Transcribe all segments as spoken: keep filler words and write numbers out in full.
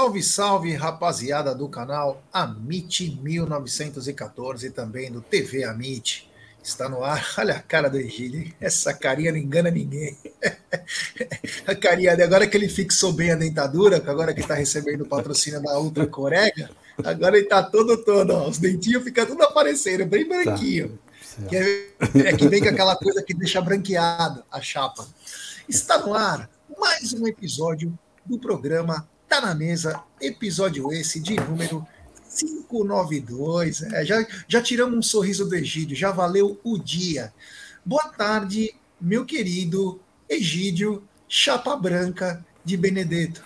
Salve, salve, rapaziada do canal Amit mil novecentos e quatorze e também do T V Amit. Está no ar. Olha a cara do Egílio, hein? Essa carinha não engana ninguém. A carinha, agora que ele fixou bem a dentadura, agora que está recebendo o patrocínio da Ultra Corega, agora ele está todo, todo, ó, os dentinhos ficam tudo aparecendo, bem branquinho. Tá. Que é, é que vem com aquela coisa que deixa branqueado a chapa. Está no ar mais um episódio do programa Tá na Mesa, episódio esse de número quinhentos e noventa e dois. É, já, já tiramos um sorriso do Egídio, já valeu o dia. Boa tarde, meu querido Egídio Chapa Branca de Benedetto.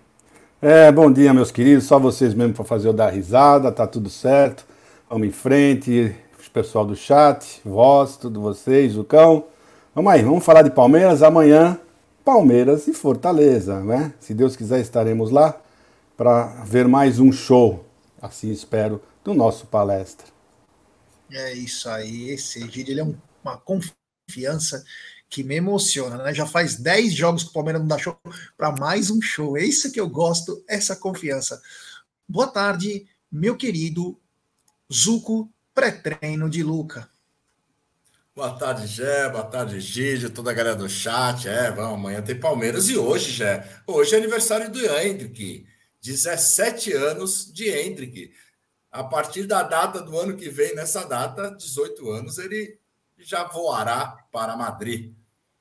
É, bom dia, meus queridos. Só vocês mesmo para fazer eu dar risada, tá tudo certo. Vamos em frente, pessoal do chat, voz, tudo vocês, o cão. Vamos aí, vamos falar de Palmeiras amanhã. Palmeiras e Fortaleza, né? Se Deus quiser, estaremos lá para ver mais um show, assim espero, do nosso palestra. É isso aí, esse Egídio, ele é um, uma confiança que me emociona, né? Já faz dez jogos que o Palmeiras não dá show para mais um show. É isso que eu gosto, essa confiança. Boa tarde, meu querido Zuco, pré-treino de Luca. Boa tarde, Gé. Boa tarde, Gídio, toda a galera do chat. É, vamos, amanhã tem Palmeiras. E hoje, Gé, hoje é aniversário do Hendrick. dezessete anos de Hendrick. A partir da data do ano que vem, nessa data, dezoito anos, ele já voará para Madrid.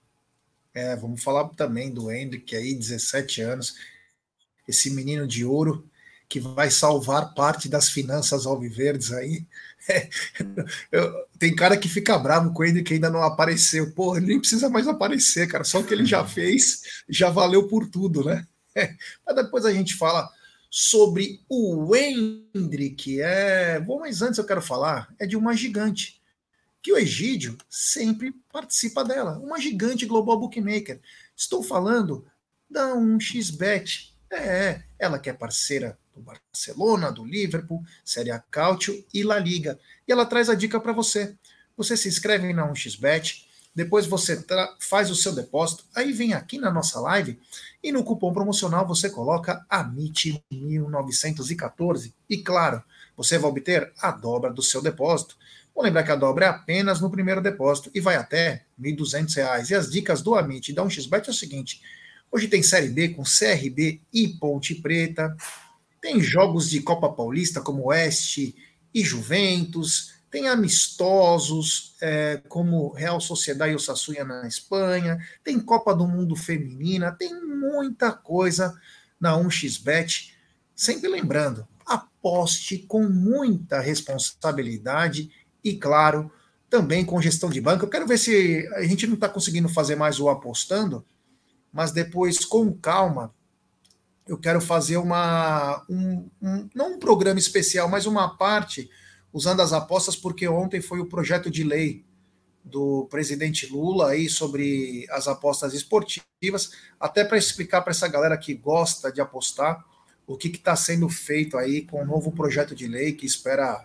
É, vamos falar também do Hendrick aí, dezessete anos. Esse menino de ouro que vai salvar parte das finanças alviverdes aí. É, eu, tem cara que fica bravo com ele que ainda não apareceu. Porra, ele nem precisa mais aparecer, cara. Só o que ele já fez já valeu por tudo, né? É, mas depois a gente fala sobre o Hendrick. É, bom, mas antes eu quero falar é de uma gigante, que o Egídio sempre participa dela. Uma gigante global bookmaker. Estou falando da um x bet. É, ela que é parceira do Barcelona, do Liverpool, Série A Cautio e La Liga. E ela traz a dica para você. Você se inscreve na um x bet, depois você faz o seu depósito, aí vem aqui na nossa live e no cupom promocional você coloca Amit mil novecentos e quatorze e claro, você vai obter a dobra do seu depósito. Vou lembrar que a dobra é apenas no primeiro depósito e vai até mil e duzentos reais. E as dicas do Amit e da um x bet é o seguinte: hoje tem Série B com C R B e Ponte Preta, tem jogos de Copa Paulista como Oeste e Juventus, tem amistosos é, como Real Sociedade e Osasuna na Espanha, tem Copa do Mundo Feminina, tem muita coisa na um x bet. Sempre lembrando, aposte com muita responsabilidade e, claro, também com gestão de banco. Eu quero ver se a gente não está conseguindo fazer mais o apostando, mas depois, com calma, eu quero fazer uma, um, um, não um programa especial, mas uma parte usando as apostas, porque ontem foi o projeto de lei do presidente Lula aí sobre as apostas esportivas, até para explicar para essa galera que gosta de apostar o que está sendo feito aí com o novo projeto de lei que espera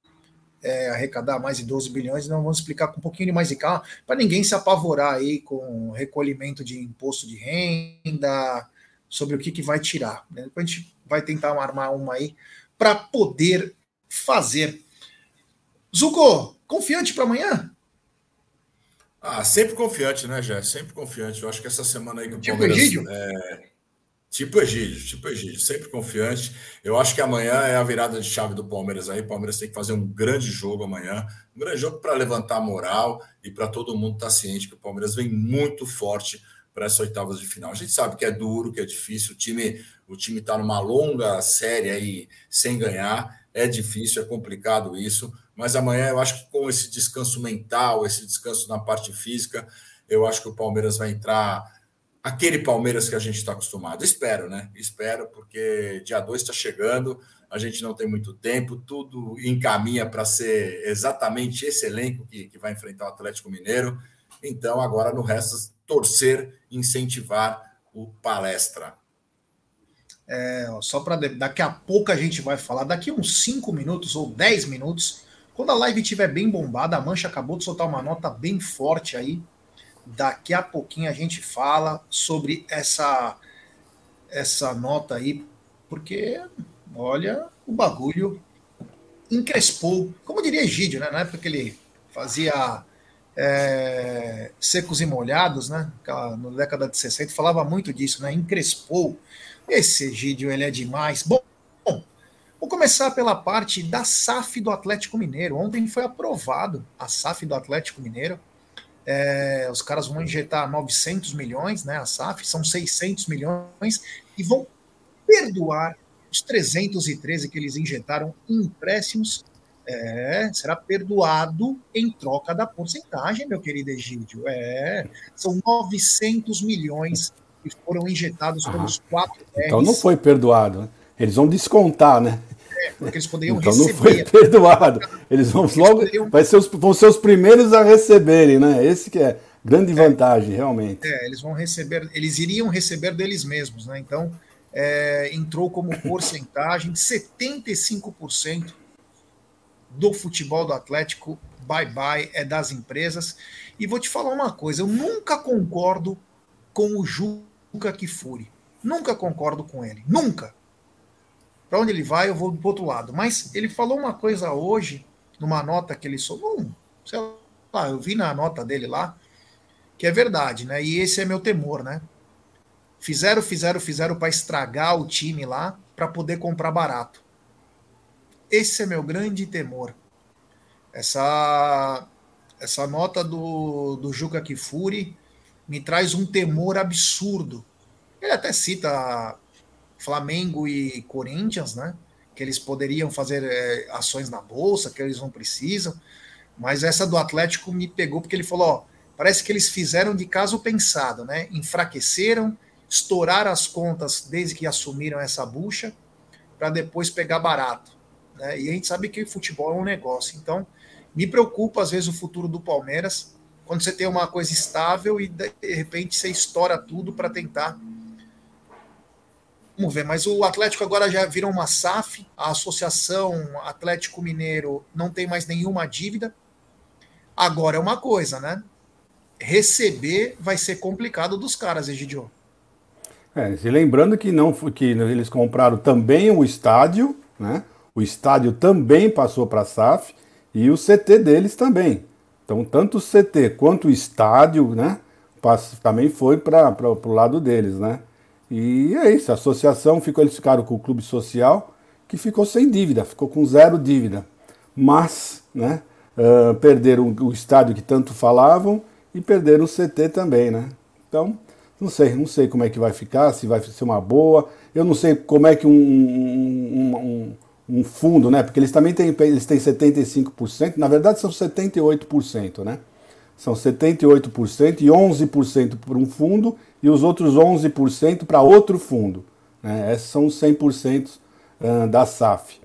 é, arrecadar mais de doze bilhões. Não vamos explicar com um pouquinho de mais de calma, para ninguém se apavorar aí com recolhimento de imposto de renda, sobre o que, que vai tirar. Né? Depois a gente vai tentar armar uma aí para poder fazer. Zuko, confiante para amanhã? Ah, sempre confiante, né, Jé? Sempre confiante. Eu acho que essa semana aí que o tipo Palmeiras... Egídio? É... Tipo Egídio, tipo Egídio, sempre confiante. Eu acho que amanhã é a virada de chave do Palmeiras aí. O Palmeiras tem que fazer um grande jogo amanhã. Um grande jogo para levantar a moral e para todo mundo estar ciente que o Palmeiras vem muito forte para essas oitavas de final. A gente sabe que é duro, que é difícil. O time o time está numa longa série aí sem ganhar. É difícil, é complicado isso. Mas amanhã eu acho que com esse descanso mental, esse descanso na parte física, eu acho que o Palmeiras vai entrar... Aquele Palmeiras que a gente está acostumado. Espero, né? Espero, porque dia dois está chegando, a gente não tem muito tempo, tudo encaminha para ser exatamente esse elenco que, que vai enfrentar o Atlético Mineiro. Então, agora no resto, torcer, incentivar o Palestra. É, só para daqui a pouco a gente vai falar, daqui uns cinco minutos ou dez minutos, quando a live estiver bem bombada, a Mancha acabou de soltar uma nota bem forte aí. Daqui a pouquinho a gente fala sobre essa, essa nota aí porque, olha, o bagulho encrespou, como diria Egídio, né? Na época que ele fazia é, secos e molhados, né? Na década de sessenta, falava muito disso, né? Encrespou. Esse Egídio, ele é demais. Bom, bom, vou começar pela parte da S A F do Atlético Mineiro. Ontem foi aprovado a S A F do Atlético Mineiro. É, os caras vão injetar novecentos milhões, né? A S A F são seiscentos milhões e vão perdoar os trezentos e treze que eles injetaram em empréstimos. É, será perdoado em troca da porcentagem, meu querido Egídio. É, são novecentos milhões que foram injetados Ah, pelos quatro então não R's. foi perdoado, né? Eles vão descontar, né? É, porque eles poderiam Então não foi receber. perdoado. Eles vão Eles logo. poderiam, Vai ser os, vão ser os primeiros a receberem, né? Esse que é grande vantagem, realmente. é, eles vão receber, eles iriam receber deles mesmos, né? Então, é, entrou como porcentagem setenta e cinco por cento do futebol do Atlético, bye bye, é das empresas. E vou te falar uma coisa, eu nunca concordo com o Juca Kfouri. Nunca concordo com ele. Nunca. Para onde ele vai, eu vou do outro lado. Mas ele falou uma coisa hoje, numa nota que ele soltou, um, sei lá, eu vi na nota dele lá, que é verdade, né? E esse é meu temor, né? Fizeram, fizeram, fizeram para estragar o time lá, para poder comprar barato. Esse é meu grande temor. Essa, essa nota do, do Juca Kfouri me traz um temor absurdo. Ele até cita Flamengo e Corinthians, né? Que eles poderiam fazer é, ações na bolsa, que eles não precisam. Mas essa do Atlético me pegou porque ele falou: ó, parece que eles fizeram de caso pensado, né? Enfraqueceram, estouraram as contas desde que assumiram essa bucha, para depois pegar barato. Né? E a gente sabe que futebol é um negócio. Então, me preocupa às vezes o futuro do Palmeiras, quando você tem uma coisa estável e de repente você estoura tudo para tentar. Vamos ver, mas o Atlético agora já virou uma S A F, a Associação Atlético Mineiro não tem mais nenhuma dívida. Agora é uma coisa, né? Receber vai ser complicado dos caras, Egidio. É, se lembrando que não que eles compraram também o estádio, né? O estádio também passou para a S A F e o C T deles também. Então, tanto o C T quanto o estádio, né? Também foi para o lado deles, né? E é isso, a associação ficou, eles ficaram com o clube social, que ficou sem dívida, ficou com zero dívida. Mas, né? Uh, perderam o estádio que tanto falavam e perderam o C T também, né? Então, não sei, não sei como é que vai ficar, se vai ser uma boa. Eu não sei como é que um, um, um, um fundo, né? Porque eles também têm, eles têm setenta e cinco por cento, na verdade são setenta e oito por cento, né? São setenta e oito por cento e onze por cento para um fundo e os outros onze por cento para outro fundo. Né? Esses são os cem por cento da S A F.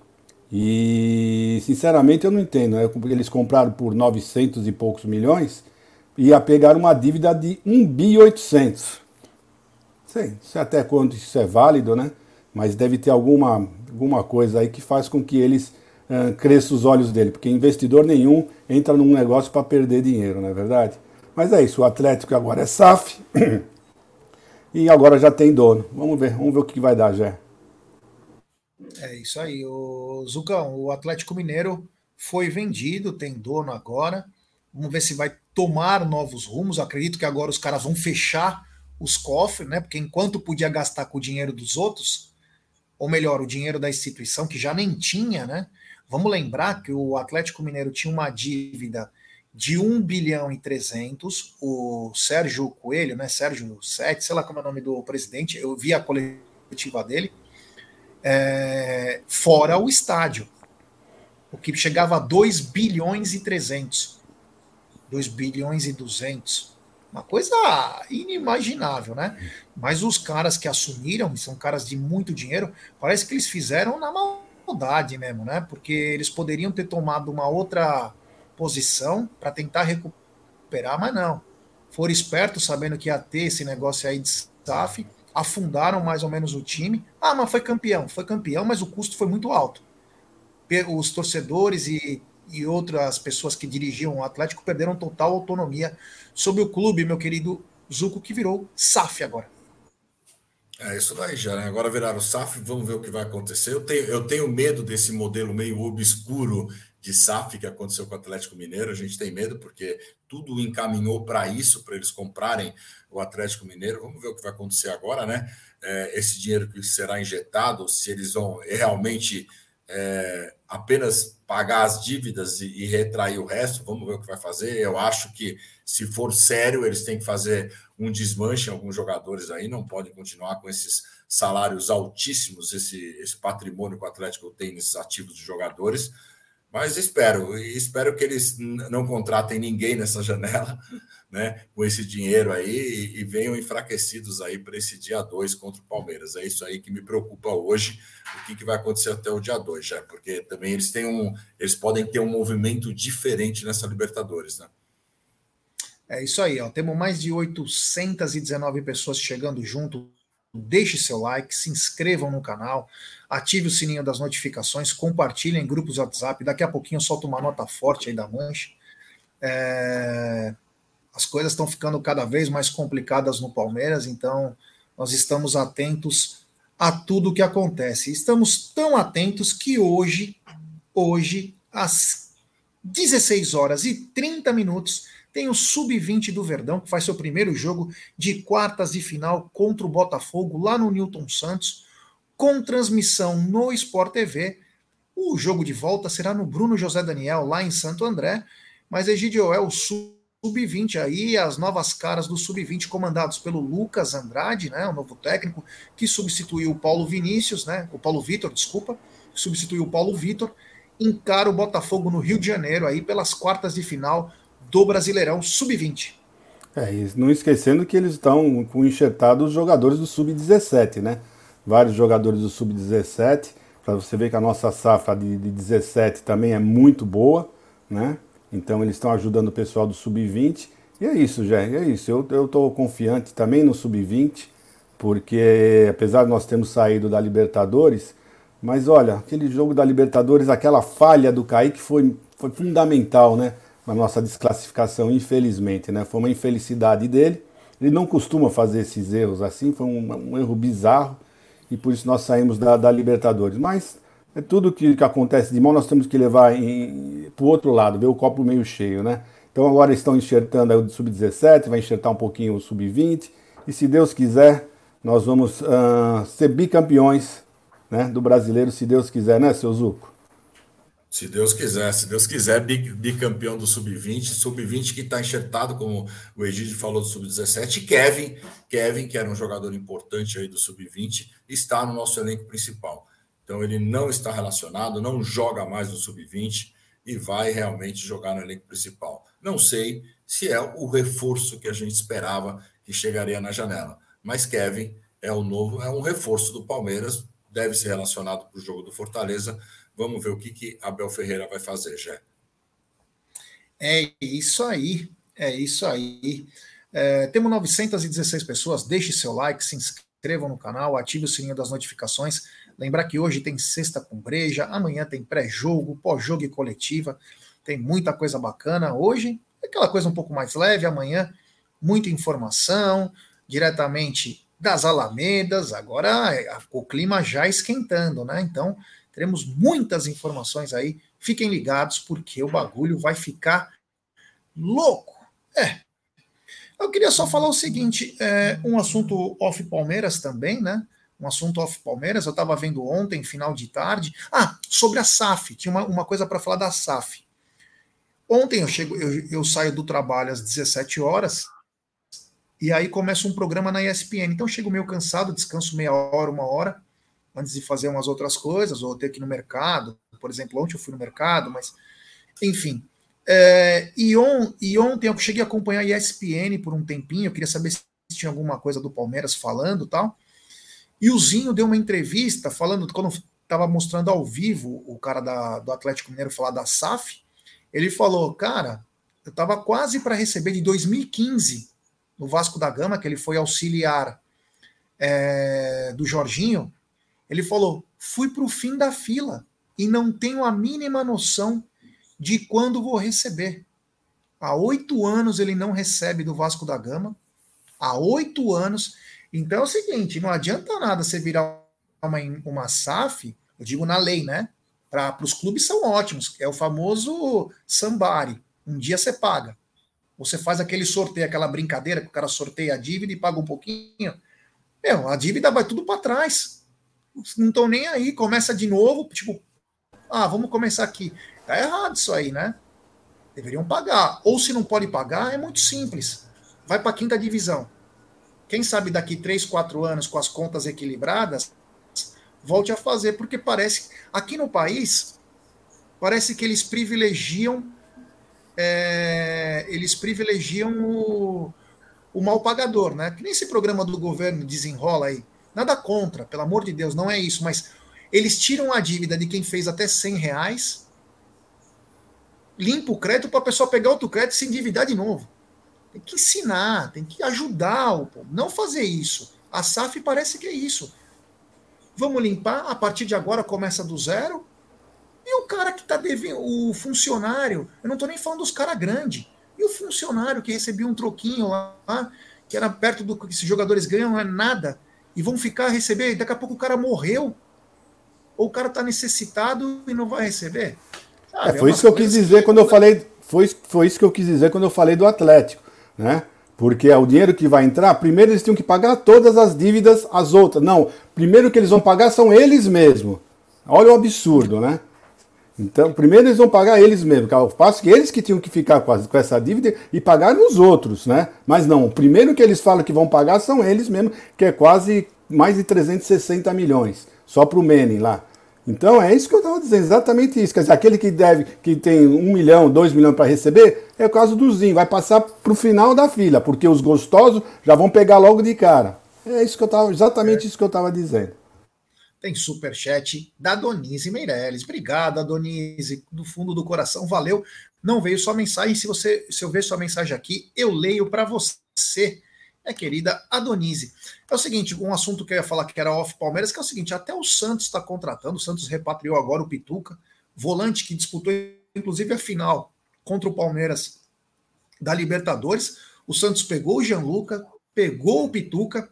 E, sinceramente, eu não entendo. Né? Eles compraram por novecentos e poucos milhões e ia pegar uma dívida de um bilhão e oitocentos. Sei, não sei até quanto isso é válido, né? Mas deve ter alguma, alguma coisa aí que faz com que eles uh, cresçam os olhos dele, porque investidor nenhum entra num negócio para perder dinheiro, não é verdade? Mas é isso, o Atlético agora é S A F e agora já tem dono. Vamos ver, vamos ver o que vai dar, já. É isso aí, o Zucão, o Atlético Mineiro foi vendido, tem dono agora. Vamos ver se vai tomar novos rumos. Acredito que agora os caras vão fechar os cofres, né? Porque enquanto podia gastar com o dinheiro dos outros, ou melhor, o dinheiro da instituição, que já nem tinha, né? Vamos lembrar que o Atlético Mineiro tinha uma dívida de um bilhão e trezentos. O Sérgio Coelho, né? Sérgio Sete, sei lá como é o nome do presidente, eu vi a coletiva dele. É, fora o estádio, o que chegava a dois bilhões e trezentos. dois bilhões e duzentos. Uma coisa inimaginável, né? Mas os caras que assumiram, são caras de muito dinheiro, parece que eles fizeram na maldade mesmo, né? Porque eles poderiam ter tomado uma outra posição para tentar recuperar, mas não. Foram espertos, sabendo que ia ter esse negócio aí de S A F, afundaram mais ou menos o time. Ah, mas foi campeão. Foi campeão, mas o custo foi muito alto. Os torcedores e e outras pessoas que dirigiam o Atlético perderam total autonomia sobre o clube, meu querido Zuco, que virou S A F agora. É isso daí já, né? Agora viraram S A F, vamos ver o que vai acontecer. Eu tenho, eu tenho medo desse modelo meio obscuro de S A F que aconteceu com o Atlético Mineiro. A gente tem medo porque tudo encaminhou para isso, para eles comprarem o Atlético Mineiro. Vamos ver o que vai acontecer agora, né? É, esse dinheiro que será injetado, se eles vão realmente é, apenas pagar as dívidas e, e retrair o resto, vamos ver o que vai fazer. Eu acho que, se for sério, eles têm que fazer um desmanche em alguns jogadores aí, não podem continuar com esses salários altíssimos, esse, esse patrimônio que o Atlético tem nesses ativos de jogadores. Mas espero, espero que eles não contratem ninguém nessa janela, né, com esse dinheiro aí e, e venham enfraquecidos aí para esse dia dois contra o Palmeiras. É isso aí que me preocupa hoje, o que, que vai acontecer até o dia dois, já, porque também eles têm um, eles podem ter um movimento diferente nessa Libertadores, né? É isso aí, ó. Temos mais de oitocentas e dezenove pessoas chegando junto. Deixe seu like, se inscrevam no canal, ative o sininho das notificações, compartilhem em grupos WhatsApp. Daqui a pouquinho eu solto uma nota forte aí da Mancha. É... As coisas estão ficando cada vez mais complicadas no Palmeiras, então nós estamos atentos a tudo o que acontece. Estamos tão atentos que hoje, hoje, às dezesseis horas e trinta minutos, tem o sub vinte do Verdão, que faz seu primeiro jogo de quartas de final contra o Botafogo, lá no Newton Santos, com transmissão no Sport T V. O jogo de volta será no Bruno José Daniel, lá em Santo André, mas Egidio é o sub vinte aí, as novas caras do sub vinte comandados pelo Lucas Andrade, né, o novo técnico, que substituiu o Paulo Vinícius, né, o Paulo Vitor, desculpa, substituiu o Paulo Vitor, encara o Botafogo no Rio de Janeiro aí pelas quartas de final do Brasileirão sub vinte. É, e não esquecendo que eles estão com enxertados os jogadores do sub dezessete, né? Vários jogadores do sub dezessete, para você ver que a nossa safra de, de dezessete também é muito boa, né? Então eles estão ajudando o pessoal do sub vinte. E é isso, já, é isso. Eu estou confiante também no sub vinte, porque apesar de nós termos saído da Libertadores, mas olha, aquele jogo da Libertadores, aquela falha do Kaique foi, foi fundamental, né? Na nossa desclassificação, infelizmente, né? Foi uma infelicidade dele. Ele não costuma fazer esses erros assim, foi um, um erro bizarro e por isso nós saímos da, da Libertadores. Mas é tudo que, que acontece de mal, nós temos que levar para o outro lado, ver o copo meio cheio, né? Então agora estão enxertando aí o sub dezessete, vai enxertar um pouquinho o sub vinte e se Deus quiser, nós vamos uh, ser bicampeões, né, do brasileiro, se Deus quiser, né, seu Zuco? Se Deus quiser, se Deus quiser, bicampeão do sub vinte, sub vinte que está enxertado, como o Egídio falou do sub dezessete, e Kevin, Kevin, que era um jogador importante aí do sub vinte, está no nosso elenco principal. Então ele não está relacionado, não joga mais no sub vinte e vai realmente jogar no elenco principal. Não sei se é o reforço que a gente esperava que chegaria na janela, mas Kevin é o novo, é um reforço do Palmeiras, deve ser relacionado para o jogo do Fortaleza. Vamos ver o que, que Abel Ferreira vai fazer, já. É isso aí, é isso aí. É, temos novecentas e dezesseis pessoas, deixe seu like, se inscrevam no canal, ative o sininho das notificações. Lembrar que hoje tem sexta com breja, amanhã tem pré-jogo, pós-jogo e coletiva, tem muita coisa bacana. Hoje é aquela coisa um pouco mais leve, amanhã muita informação, diretamente das Alamedas, agora o clima já esquentando, né? Então teremos muitas informações aí, fiquem ligados porque o bagulho vai ficar louco. É, eu queria só falar o seguinte, é, um assunto off Palmeiras também, né? Um assunto off Palmeiras, eu estava vendo ontem, final de tarde. Ah, sobre a S A F, tinha uma, uma coisa para falar da S A F. Ontem eu, chego, eu, eu saio do trabalho às dezessete horas e aí começa um programa na E S P N. Então eu chego meio cansado, descanso meia hora, uma hora, antes de fazer umas outras coisas, ou ter que ir no mercado. Por exemplo, ontem eu fui no mercado, mas enfim. É, e, on, e ontem eu cheguei a acompanhar a E S P N por um tempinho, eu queria saber se tinha alguma coisa do Palmeiras falando e tal. E o Zinho deu uma entrevista falando, quando estava mostrando ao vivo o cara da, do Atlético Mineiro falar da S A F, ele falou, cara, eu estava quase para receber de dois mil e quinze, no Vasco da Gama, que ele foi auxiliar é, do Jorginho, ele falou, fui para o fim da fila e não tenho a mínima noção de quando vou receber. Há oito anos ele não recebe do Vasco da Gama, há oito anos, Então é o seguinte, não adianta nada você virar uma, uma S A F, eu digo na lei, né? Para os clubes são ótimos, é o famoso somebody. Um dia você paga. Você faz aquele sorteio, aquela brincadeira que o cara sorteia a dívida e paga um pouquinho. Meu, a dívida vai tudo para trás. Não estão nem aí, começa de novo, tipo, ah, vamos começar aqui. Tá errado isso aí, né? Deveriam pagar. Ou se não pode pagar, é muito simples. Vai para a quinta divisão. Quem sabe daqui três, quatro anos, com as contas equilibradas, volte a fazer, porque parece, aqui no país, parece que eles privilegiam é, eles privilegiam o, o mal pagador, né? Que nem esse programa do governo desenrola aí. Nada contra, pelo amor de Deus, não é isso, mas eles tiram a dívida de quem fez até cem reais, limpa o crédito para a pessoa pegar outro crédito e se endividar de novo. Tem que ensinar, tem que ajudar o povo, não fazer isso. A S A F parece que é isso. Vamos limpar, a partir de agora começa do zero. E o cara que está devendo, o funcionário, eu não estou nem falando dos caras grandes. E o funcionário que recebia um troquinho lá, que era perto do que esses jogadores ganham, não é nada. E vão ficar a receber, daqui a pouco o cara morreu. Ou o cara está necessitado e não vai receber. Sabe, é, foi é isso que eu quis dizer que... quando eu falei. Foi, foi isso que eu quis dizer quando eu falei do Atlético, né? Porque é o dinheiro que vai entrar, primeiro eles tinham que pagar todas as dívidas, as outras. Não, primeiro que eles vão pagar são eles mesmos. Olha o absurdo, né? Então, primeiro eles vão pagar eles mesmos, ao passo que eles que tinham que ficar com, as, com essa dívida e pagar os outros, né? Mas não, o primeiro que eles falam que vão pagar são eles mesmos, que é quase mais de trezentos e sessenta milhões, só para o Menem lá. Então é isso que eu estava dizendo, exatamente isso. Quer dizer, aquele que deve, que tem um milhão, dois milhões para receber, é o caso do Zinho, vai passar para o final da fila, porque os gostosos já vão pegar logo de cara. É isso que eu tava, exatamente é. isso que eu estava dizendo. Tem superchat da Donise Meirelles. Obrigado, Donise, do fundo do coração, valeu. Não veio sua mensagem, se, você, se eu ver sua mensagem aqui, eu leio para você, é querida Adonise. É o seguinte, um assunto que eu ia falar que era off Palmeiras, que é o seguinte, até o Santos está contratando, o Santos repatriou agora o Pituca, volante que disputou inclusive a final contra o Palmeiras da Libertadores. O Santos pegou o Gianluca, pegou o Pituca,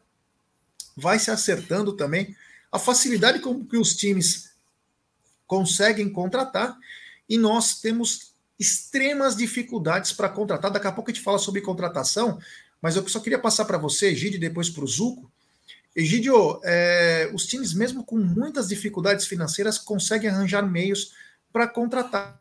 vai se acertando também. A facilidade com que os times conseguem contratar, e nós temos extremas dificuldades para contratar. Daqui a pouco a gente fala sobre contratação, mas eu só queria passar para você, Egídio, e depois para o Zuco. Egídio, é, os times, mesmo com muitas dificuldades financeiras, conseguem arranjar meios para contratar.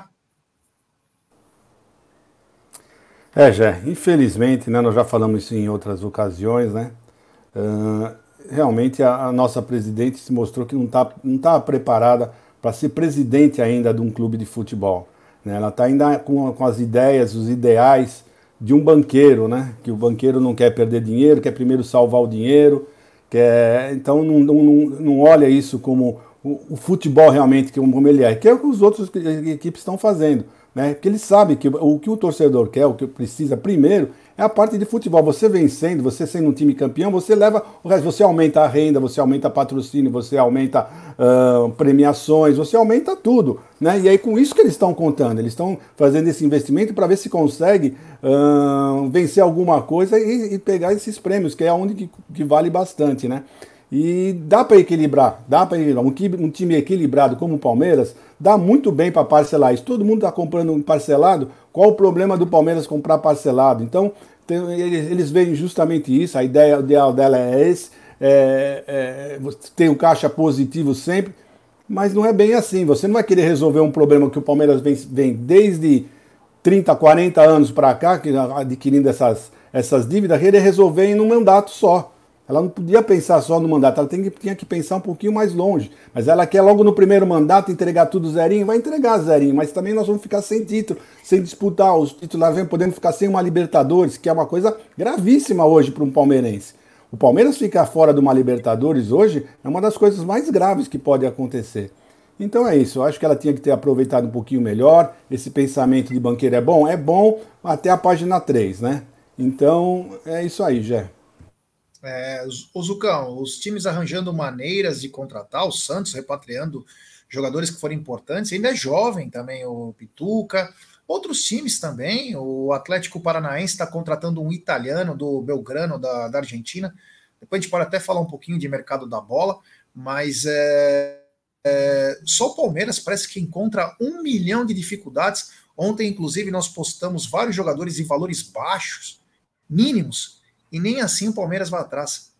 É, Jé, infelizmente, né, nós já falamos isso em outras ocasiões, né? Uh, realmente a, a nossa presidente se mostrou que não está não tá preparada para ser presidente ainda de um clube de futebol, né? Ela está ainda com, com as ideias, os ideais de um banqueiro, né? Que o banqueiro não quer perder dinheiro, quer primeiro salvar o dinheiro, quer, então não, não, não olha isso como o, o futebol realmente como ele é, que é o que os outros equipes estão fazendo, né? Porque eles sabem que o que o torcedor quer, o que precisa primeiro é a parte de futebol. Você vencendo, você sendo um time campeão, você leva o resto, você aumenta a renda, você aumenta patrocínio, você aumenta uh, premiações, você aumenta tudo, né? E aí com isso que eles estão contando, eles estão fazendo esse investimento para ver se consegue uh, vencer alguma coisa e, e pegar esses prêmios, que é onde que, que vale bastante, né? E dá para equilibrar, dá para equilibrar. Um time, um time equilibrado como o Palmeiras dá muito bem para parcelar isso. Todo mundo está comprando um parcelado. Qual o problema do Palmeiras comprar parcelado? Então, tem, eles, eles veem justamente isso. A ideia ideal dela é esse. É, é, tem um caixa positivo sempre, mas não é bem assim. Você não vai querer resolver um problema que o Palmeiras vem, vem desde trinta, quarenta anos para cá, adquirindo essas, essas dívidas, querer resolver em um mandato só. Ela não podia pensar só no mandato, ela tem que, tinha que pensar um pouquinho mais longe. Mas ela quer logo no primeiro mandato entregar tudo zerinho, vai entregar zerinho, mas também nós vamos ficar sem título, sem disputar os titulares, vem podendo ficar sem uma Libertadores, que é uma coisa gravíssima hoje para um palmeirense. O Palmeiras ficar fora de uma Libertadores hoje é uma das coisas mais graves que pode acontecer. Então é isso, eu acho que ela tinha que ter aproveitado um pouquinho melhor. Esse pensamento de banqueiro é bom? É bom até a página três, né? Então é isso aí, Gé. É, o Zucão, os times arranjando maneiras de contratar, o Santos repatriando jogadores que foram importantes, ainda é jovem também o Pituca, outros times também, o Atlético Paranaense está contratando um italiano do Belgrano, da, da Argentina, Depois a gente pode até falar um pouquinho de mercado da bola, mas é, é, só o Palmeiras parece que encontra um milhão de dificuldades. Ontem, inclusive, nós postamos vários jogadores de valores baixos, mínimos, e nem assim o Palmeiras vai atrás.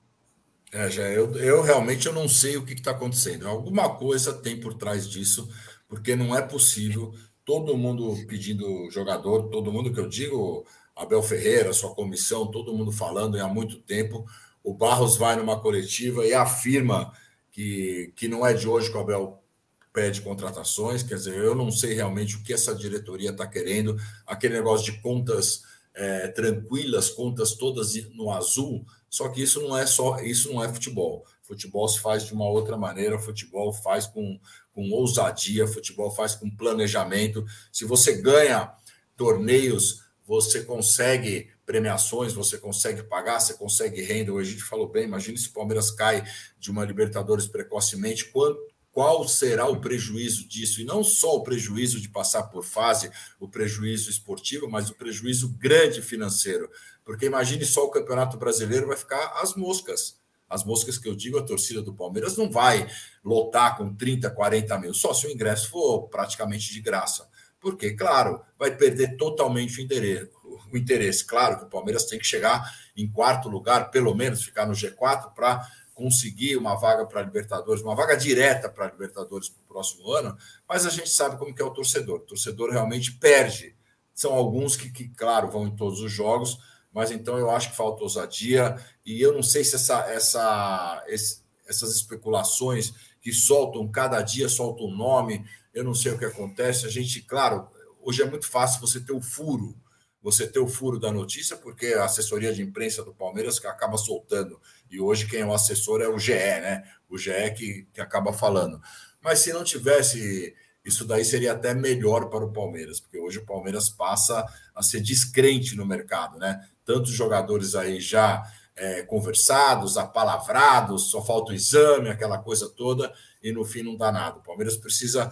É, já eu, eu realmente eu não sei o que está acontecendo. Alguma coisa tem por trás disso, porque não é possível todo mundo pedindo jogador, todo mundo que eu digo, Abel Ferreira, sua comissão, todo mundo falando há muito tempo. O Barros vai numa coletiva e afirma que, que não é de hoje que o Abel pede contratações. Quer dizer, eu não sei realmente o que essa diretoria está querendo. Aquele negócio de contas é, tranquilas, contas todas no azul. Só que isso não é só, isso não é futebol. Futebol se faz de uma outra maneira, futebol faz com, com ousadia, futebol faz com planejamento. Se você ganha torneios, você consegue premiações, você consegue pagar, você consegue renda. Hoje a gente falou bem, imagina se o Palmeiras cai de uma Libertadores precocemente, quanto, qual será o prejuízo disso? E não só o prejuízo de passar por fase, o prejuízo esportivo, mas o prejuízo grande financeiro. Porque imagine só o Campeonato Brasileiro vai ficar às moscas. As moscas que eu digo, a torcida do Palmeiras não vai lotar com trinta, quarenta mil, só se o ingresso for praticamente de graça. Porque, claro, vai perder totalmente o interesse. O interesse. Claro que o Palmeiras tem que chegar em quarto lugar, pelo menos ficar no G quatro, para conseguir uma vaga para a Libertadores, uma vaga direta para a Libertadores para o próximo ano, mas a gente sabe como que é o torcedor. O torcedor realmente perde. São alguns que, que claro, vão em todos os jogos, mas então eu acho que falta ousadia, e eu não sei se essa, essa, esse, essas especulações que soltam, cada dia soltam um nome, eu não sei o que acontece. A gente, claro, hoje é muito fácil você ter o furo, você ter o furo da notícia, porque a assessoria de imprensa do Palmeiras que acaba soltando, e hoje quem é o assessor é o G E, né? O G E que, que acaba falando. Mas se não tivesse, isso daí seria até melhor para o Palmeiras, porque hoje o Palmeiras passa a ser descrente no mercado, né? Tantos jogadores aí já é, conversados, apalavrados, só falta o exame, aquela coisa toda, e no fim não dá nada. O Palmeiras precisa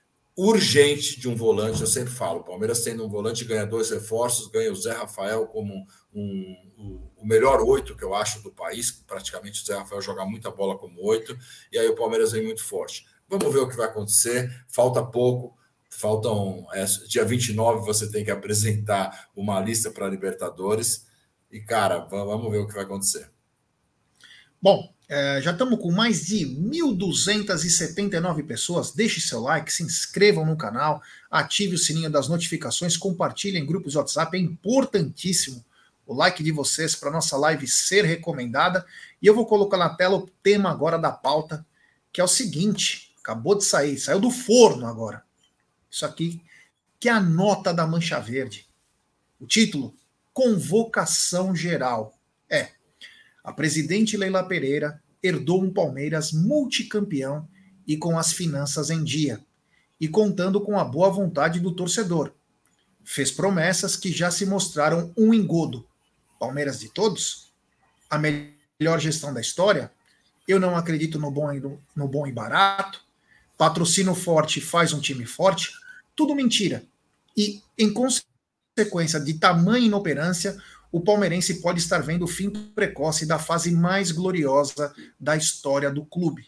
urgente de um volante, eu sempre falo, o Palmeiras tendo um volante ganha dois reforços, ganha o Zé Rafael como um, um, o melhor oito que eu acho do país, praticamente o Zé Rafael joga muita bola como oito, e aí o Palmeiras vem muito forte. Vamos ver o que vai acontecer, falta pouco, faltam, é, dia vinte e nove você tem que apresentar uma lista para a Libertadores, e cara, vamos ver o que vai acontecer. Bom, é, já estamos com mais de mil duzentas e setenta e nove pessoas. Deixe seu like, se inscrevam no canal, ative o sininho das notificações, compartilhem em grupos de WhatsApp. É importantíssimo o like de vocês para nossa live ser recomendada. E eu vou colocar na tela o tema agora da pauta, que é o seguinte, acabou de sair, saiu do forno agora. Isso aqui, que é a nota da Mancha Verde. O título, Convocação Geral. É, a presidente Leila Pereira herdou um Palmeiras multicampeão e com as finanças em dia, e contando com a boa vontade do torcedor. Fez promessas que já se mostraram um engodo. Palmeiras de todos? A melhor gestão da história? Eu não acredito no bom e, no, no bom e barato. Patrocínio forte faz um time forte? Tudo mentira. E, em consequência de tamanha inoperância, o palmeirense pode estar vendo o fim precoce da fase mais gloriosa da história do clube.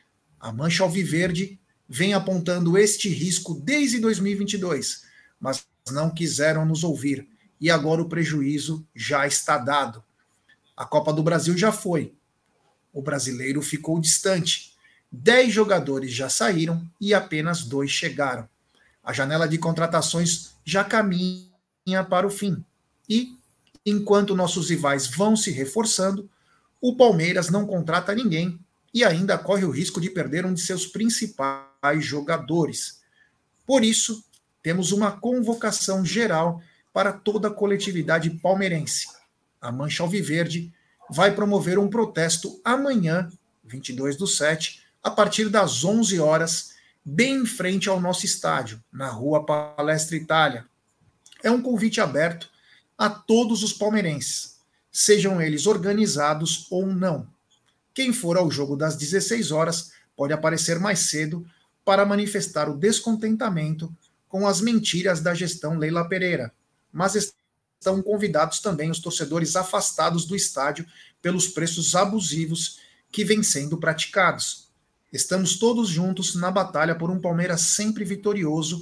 A Mancha Alviverde vem apontando este risco desde dois mil e vinte e dois, mas não quiseram nos ouvir, e agora o prejuízo já está dado. A Copa do Brasil já foi. O brasileiro ficou distante. Dez jogadores já saíram e apenas dois chegaram. A janela de contratações já caminha para o fim. E enquanto nossos rivais vão se reforçando, o Palmeiras não contrata ninguém e ainda corre o risco de perder um de seus principais jogadores. Por isso, temos uma convocação geral para toda a coletividade palmeirense. A Mancha Alviverde vai promover um protesto amanhã, vinte e dois do sete, a partir das onze horas, bem em frente ao nosso estádio, na Rua Palestra Itália. É um convite aberto a todos os palmeirenses, sejam eles organizados ou não. Quem for ao jogo das dezesseis horas pode aparecer mais cedo para manifestar o descontentamento com as mentiras da gestão Leila Pereira, mas estão convidados também os torcedores afastados do estádio pelos preços abusivos que vêm sendo praticados. Estamos todos juntos na batalha por um Palmeiras sempre vitorioso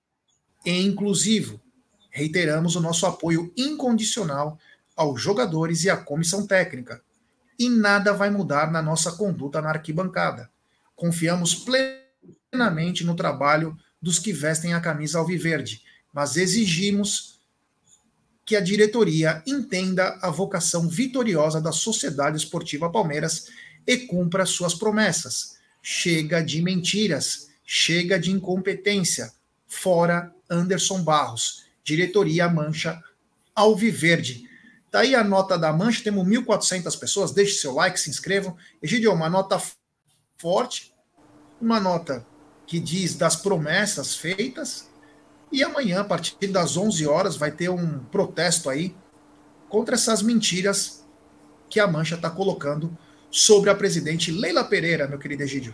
e inclusivo. Reiteramos o nosso apoio incondicional aos jogadores e à comissão técnica. E nada vai mudar na nossa conduta na arquibancada. Confiamos plenamente no trabalho dos que vestem a camisa alviverde, mas exigimos que a diretoria entenda a vocação vitoriosa da Sociedade Esportiva Palmeiras e cumpra suas promessas. Chega de mentiras, chega de incompetência. Fora Anderson Barros. Diretoria Mancha Alviverde. Daí a nota da Mancha, temos mil e quatrocentas pessoas, deixe seu like, se inscrevam. Egidio, uma nota forte, uma nota que diz das promessas feitas, e amanhã, a partir das onze horas, vai ter um protesto aí contra essas mentiras que a Mancha está colocando sobre a presidente Leila Pereira, meu querido Egidio.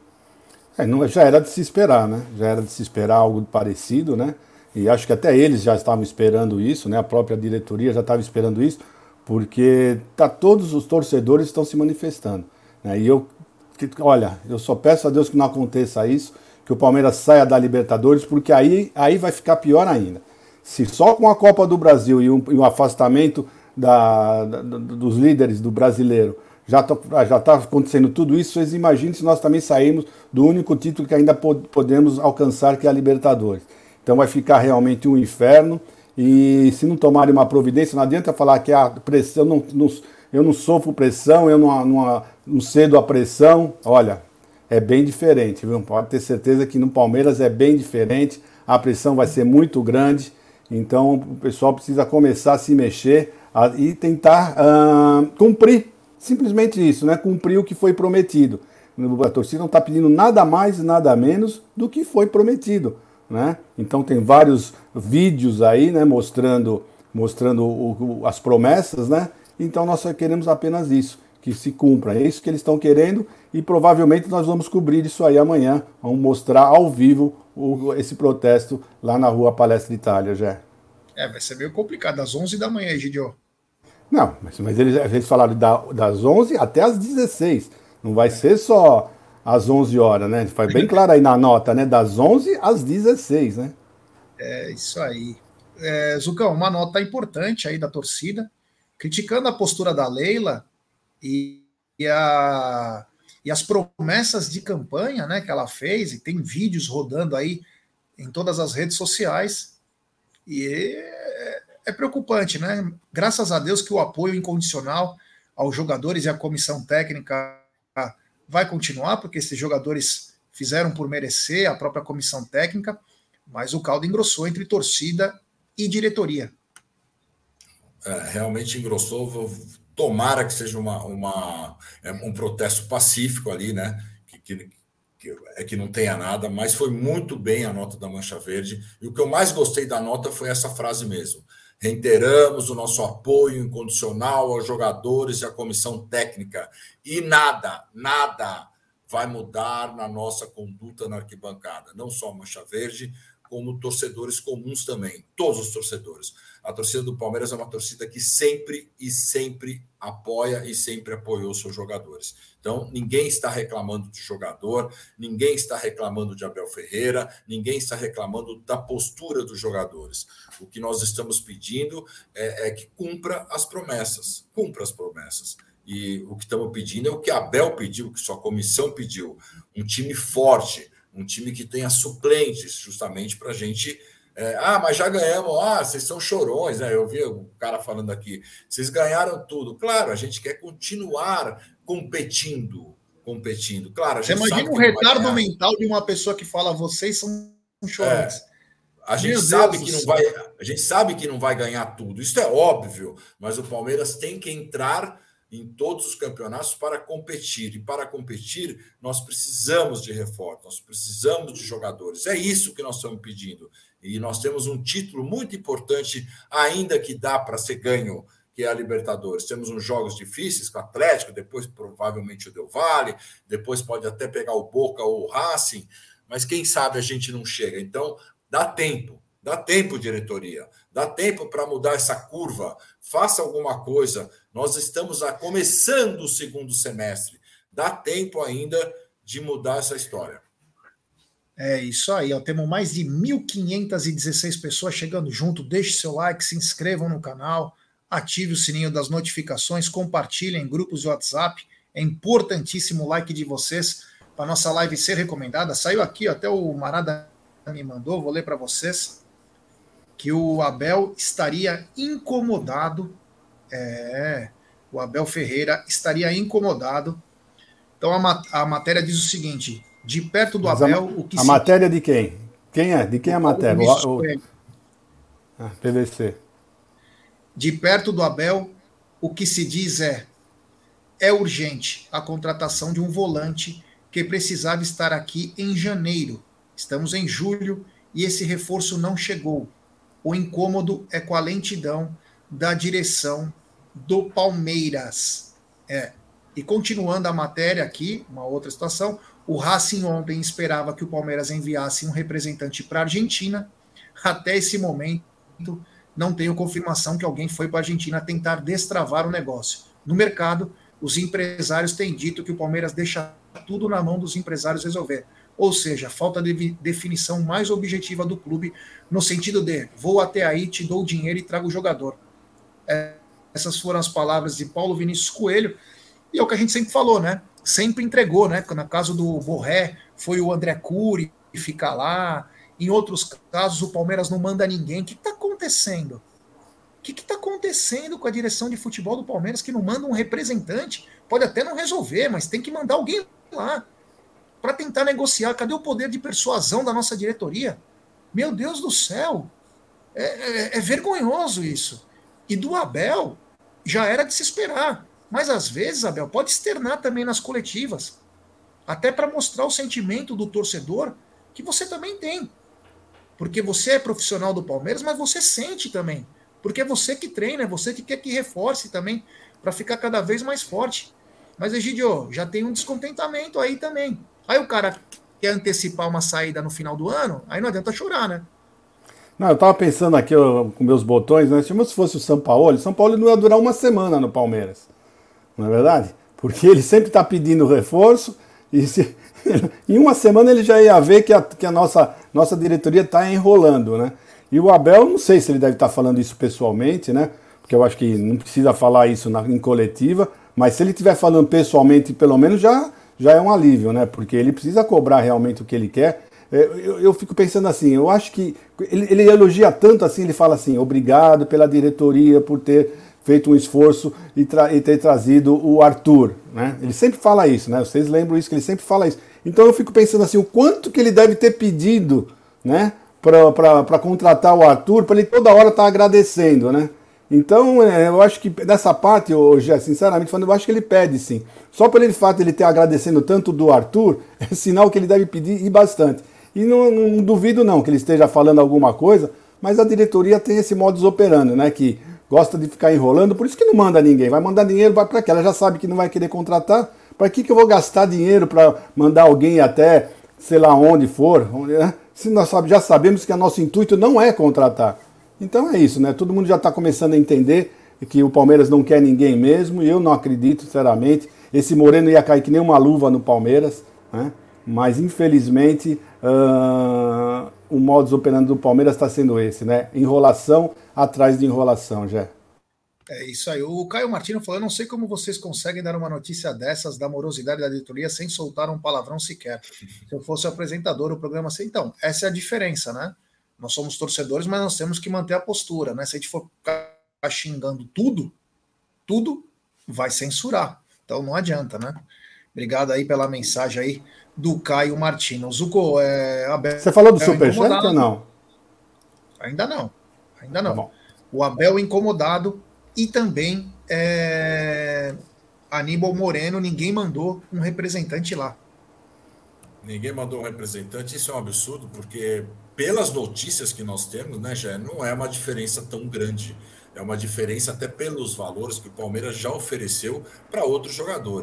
É, não, já era de se esperar, né? Já era de se esperar algo parecido, né? E acho que até eles já estavam esperando isso, né? A própria diretoria já estava esperando isso, porque tá, todos os torcedores estão se manifestando, né? E eu, que, olha, eu só peço a Deus que não aconteça isso, que o Palmeiras saia da Libertadores, porque aí, aí vai ficar pior ainda. Se só com a Copa do Brasil e, um, e o afastamento da, da, dos líderes do brasileiro já está já tá acontecendo tudo isso, vocês imaginem se nós também saímos do único título que ainda pod, podemos alcançar, que é a Libertadores. Então vai ficar realmente um inferno, e se não tomarem uma providência, não adianta falar que a pressão, não, não, eu não sofro pressão, eu não, não, não cedo a pressão. Olha, é bem diferente, viu? Pode ter certeza que no Palmeiras é bem diferente, a pressão vai ser muito grande, então o pessoal precisa começar a se mexer a, e tentar uh, cumprir, simplesmente isso, né? Cumprir o que foi prometido. A torcida não está pedindo nada mais e nada menos do que foi prometido, né? Então tem vários vídeos aí, né, mostrando, mostrando o, o, as promessas, né? Então nós só queremos apenas isso, que se cumpra. É isso que eles estão querendo, e provavelmente nós vamos cobrir isso aí amanhã. Vamos mostrar ao vivo o, esse protesto lá na Rua Palestra Itália, já. É, vai ser meio complicado, às onze da manhã, Egidio. Não, mas, mas eles, eles falaram da, das onze até as dezesseis. Não vai é. ser só às onze horas, né? Faz bem claro aí na nota, né? Das onze às dezesseis, né? É, isso aí. É, Zucão, uma nota importante aí da torcida, criticando a postura da Leila e, e, a, e as promessas de campanha, né, que ela fez, e tem vídeos rodando aí em todas as redes sociais, e é, é preocupante, né? Graças a Deus que o apoio incondicional aos jogadores e à comissão técnica vai continuar, porque esses jogadores fizeram por merecer, a própria comissão técnica, mas o caldo engrossou entre torcida e diretoria. É, realmente engrossou. Tomara que seja uma, uma, um protesto pacífico ali, né? Que, que, que, é que não tenha nada, mas foi muito bem a nota da Mancha Verde. E o que eu mais gostei da nota foi essa frase mesmo. Reiteramos o nosso apoio incondicional aos jogadores e à comissão técnica. E nada, nada vai mudar na nossa conduta na arquibancada. Não só a Mancha Verde, como torcedores comuns também. Todos os torcedores. A torcida do Palmeiras é uma torcida que sempre e sempre apoia e sempre apoiou seus jogadores. Então, ninguém está reclamando de jogador, ninguém está reclamando de Abel Ferreira, ninguém está reclamando da postura dos jogadores. O que nós estamos pedindo é, é que cumpra as promessas, cumpra as promessas. E o que estamos pedindo é o que Abel pediu, que sua comissão pediu, um time forte, um time que tenha suplentes, justamente para a gente... É, ah, mas já ganhamos. Ah, vocês são chorões, né? Eu vi o cara falando aqui. Vocês ganharam tudo. Claro, a gente quer continuar competindo, competindo. Claro, a gente Você imagina o retardo mental de uma pessoa que fala vocês são chorões. É, a gente Meu sabe Deus que não vai, a gente sabe que não vai ganhar tudo. Isso é óbvio, mas o Palmeiras tem que entrar em todos os campeonatos para competir. E para competir, nós precisamos de reforço, nós precisamos de jogadores. É isso que nós estamos pedindo. E nós temos um título muito importante, ainda que dá para ser ganho, que é a Libertadores. Temos uns jogos difíceis com o Atlético, depois provavelmente o Del Valle, depois pode até pegar o Boca ou o Racing, mas quem sabe a gente não chega. Então, dá tempo, Dá tempo, diretoria. Dá tempo para mudar essa curva. Faça alguma coisa. Nós estamos a, começando o segundo semestre. Dá tempo ainda de mudar essa história. É isso aí, ó. Temos mais de mil quinhentas e dezesseis pessoas chegando junto. Deixe seu like, se inscrevam no canal, ative o sininho das notificações, compartilhem em grupos de WhatsApp. É importantíssimo o like de vocês para nossa live ser recomendada. Saiu aqui, ó, até o Marada me mandou, vou ler para vocês, que o Abel estaria incomodado. É, o Abel Ferreira estaria incomodado. Então a, mat a matéria diz o seguinte: de perto do Mas Abel, a, o que a se... matéria de quem? Quem é? De quem é a matéria? O, o... Ah, P V C. De perto do Abel, o que se diz é: é urgente a contratação de um volante que precisava estar aqui em janeiro. Estamos em julho e esse reforço não chegou. O incômodo é com a lentidão da direção do Palmeiras. É. E continuando a matéria aqui, uma outra situação, o Racing ontem esperava que o Palmeiras enviasse um representante para a Argentina. Até esse momento, não tenho confirmação que alguém foi para a Argentina tentar destravar o negócio. No mercado, os empresários têm dito que o Palmeiras deixa tudo na mão dos empresários resolver. Ou seja, falta de definição mais objetiva do clube, no sentido de: vou até aí, te dou o dinheiro e trago o jogador. É, essas foram as palavras de Paulo Vinícius Coelho, e é o que a gente sempre falou, né? Sempre entregou, né? No caso do Borré, foi o André Cury ficar lá. Em outros casos, o Palmeiras não manda ninguém. O que está acontecendo? O que está acontecendo com a direção de futebol do Palmeiras, que não manda um representante? Pode até não resolver, mas tem que mandar alguém lá para tentar negociar. Cadê o poder de persuasão da nossa diretoria? Meu Deus do céu! É, é, é vergonhoso isso. E do Abel, já era de se esperar. Mas às vezes, Abel, pode externar também nas coletivas, até para mostrar o sentimento do torcedor que você também tem. Porque você é profissional do Palmeiras, mas você sente também. Porque é você que treina, é você que quer que reforce também, para ficar cada vez mais forte. Mas, Egidio, já tem um descontentamento aí também. Aí o cara quer antecipar uma saída no final do ano, aí não adianta chorar, né? Não, eu tava pensando aqui ó, com meus botões, né? Se fosse o São Paulo, São Paulo não ia durar uma semana no Palmeiras. Não é verdade? Porque ele sempre está pedindo reforço e se, em uma semana ele já ia ver que a, que a nossa, nossa diretoria está enrolando, né? E o Abel, não sei se ele deve estar tá falando isso pessoalmente, né? Porque eu acho que não precisa falar isso na, em coletiva, mas se ele estiver falando pessoalmente, pelo menos já, já é um alívio, né? Porque ele precisa cobrar realmente o que ele quer. Eu, eu, eu fico pensando assim, eu acho que ele, ele elogia tanto assim, ele fala assim: obrigado pela diretoria por ter feito um esforço e, tra e ter trazido o Arthur, né? Ele sempre fala isso, né? Vocês lembram isso, que ele sempre fala isso. Então eu fico pensando assim, o quanto que ele deve ter pedido, né, para contratar o Arthur, para ele toda hora estar tá agradecendo, né? Então é, eu acho que dessa parte, hoje, sinceramente falando, eu acho que ele pede sim. Só pelo fato de ele ter agradecendo tanto do Arthur, é sinal que ele deve pedir e bastante. E não, não duvido não que ele esteja falando alguma coisa, mas a diretoria tem esse modus operandi, né? Que gosta de ficar enrolando, por isso que não manda ninguém. Vai mandar dinheiro, vai para quê? Ela já sabe que não vai querer contratar. Para que, que eu vou gastar dinheiro para mandar alguém até, sei lá onde for? Né? Se nós já sabemos que o nosso intuito não é contratar. Então é isso, né? Todo mundo já está começando a entender que o Palmeiras não quer ninguém mesmo, e eu não acredito, sinceramente. Esse Moreno ia cair que nem uma luva no Palmeiras, né? Mas infelizmente uh, o modus operandi do Palmeiras está sendo esse, né? Enrolação atrás de enrolação, já. É isso aí. O Caio Martino falou: eu não sei como vocês conseguem dar uma notícia dessas da morosidade da diretoria sem soltar um palavrão sequer. Se eu fosse o apresentador, o programa assim. Então, essa é a diferença, né? Nós somos torcedores, mas nós temos que manter a postura, né? Se a gente for ficar xingando tudo, tudo vai censurar. Então não adianta, né? Obrigado aí pela mensagem aí do Caio Martino. Zuko, é, Abel, você falou do é, Superchat ou não? Ainda não. Ainda não. Tá o Abel incomodado e também é, Aníbal Moreno, ninguém mandou um representante lá. Ninguém mandou um representante, isso é um absurdo, porque pelas notícias que nós temos, né, já não é uma diferença tão grande. É uma diferença até pelos valores que o Palmeiras já ofereceu para outros jogadores.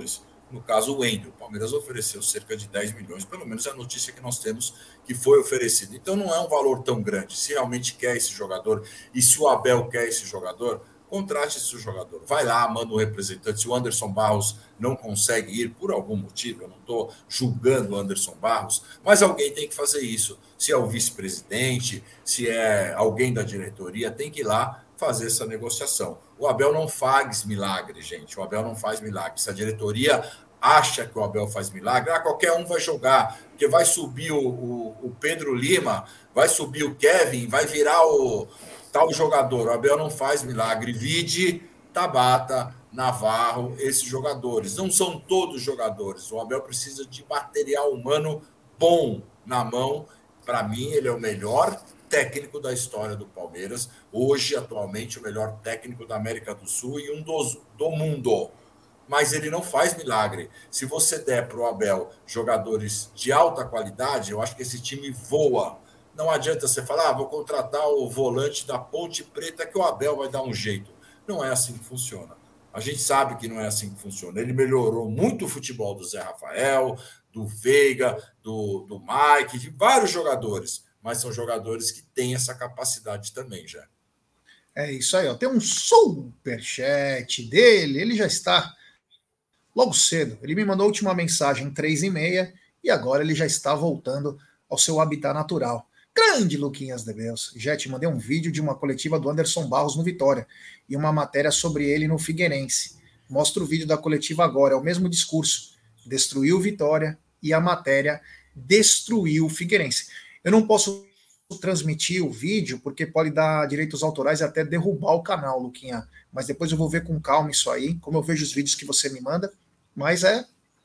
No caso, o Wendel. O Palmeiras ofereceu cerca de dez milhões, pelo menos é a notícia que nós temos que foi oferecido. Então não é um valor tão grande. Se realmente quer esse jogador e se o Abel quer esse jogador, contrate esse jogador. Vai lá, manda um representante. Se o Anderson Barros não consegue ir por algum motivo, eu não estou julgando o Anderson Barros, mas alguém tem que fazer isso. Se é o vice-presidente, se é alguém da diretoria, tem que ir lá fazer essa negociação. O Abel não faz milagre, gente. O Abel não faz milagre. Se a diretoria acha que o Abel faz milagre, ah, qualquer um vai jogar, porque vai subir o, o, o Pedro Lima, vai subir o Kevin, vai virar o tal jogador. O Abel não faz milagre. Vide, Tabata, Navarro, esses jogadores. Não são todos jogadores. O Abel precisa de material humano bom na mão. Para mim, ele é o melhor técnico da história do Palmeiras. Hoje, atualmente, o melhor técnico da América do Sul e um dos do mundo. Mas ele não faz milagre. Se você der para o Abel jogadores de alta qualidade, eu acho que esse time voa. Não adianta você falar, ah, vou contratar o volante da Ponte Preta que o Abel vai dar um jeito. Não é assim que funciona. A gente sabe que não é assim que funciona. Ele melhorou muito o futebol do Zé Rafael, do Veiga, do, do Mike, de vários jogadores. Mas são jogadores que têm essa capacidade também, já. É isso aí, ó. Tem um superchat dele, ele já está logo cedo. Ele me mandou a última mensagem, três e meia, e agora ele já está voltando ao seu habitat natural. Grande Luquinhas de Beus. Já te mandei um vídeo de uma coletiva do Anderson Barros no Vitória e uma matéria sobre ele no Figueirense. Mostra o vídeo da coletiva agora, é o mesmo discurso. Destruiu o Vitória e a matéria destruiu o Figueirense. Eu não posso transmitir o vídeo porque pode dar direitos autorais e até derrubar o canal, Luquinha. Mas depois eu vou ver com calma isso aí, como eu vejo os vídeos que você me manda. Mas é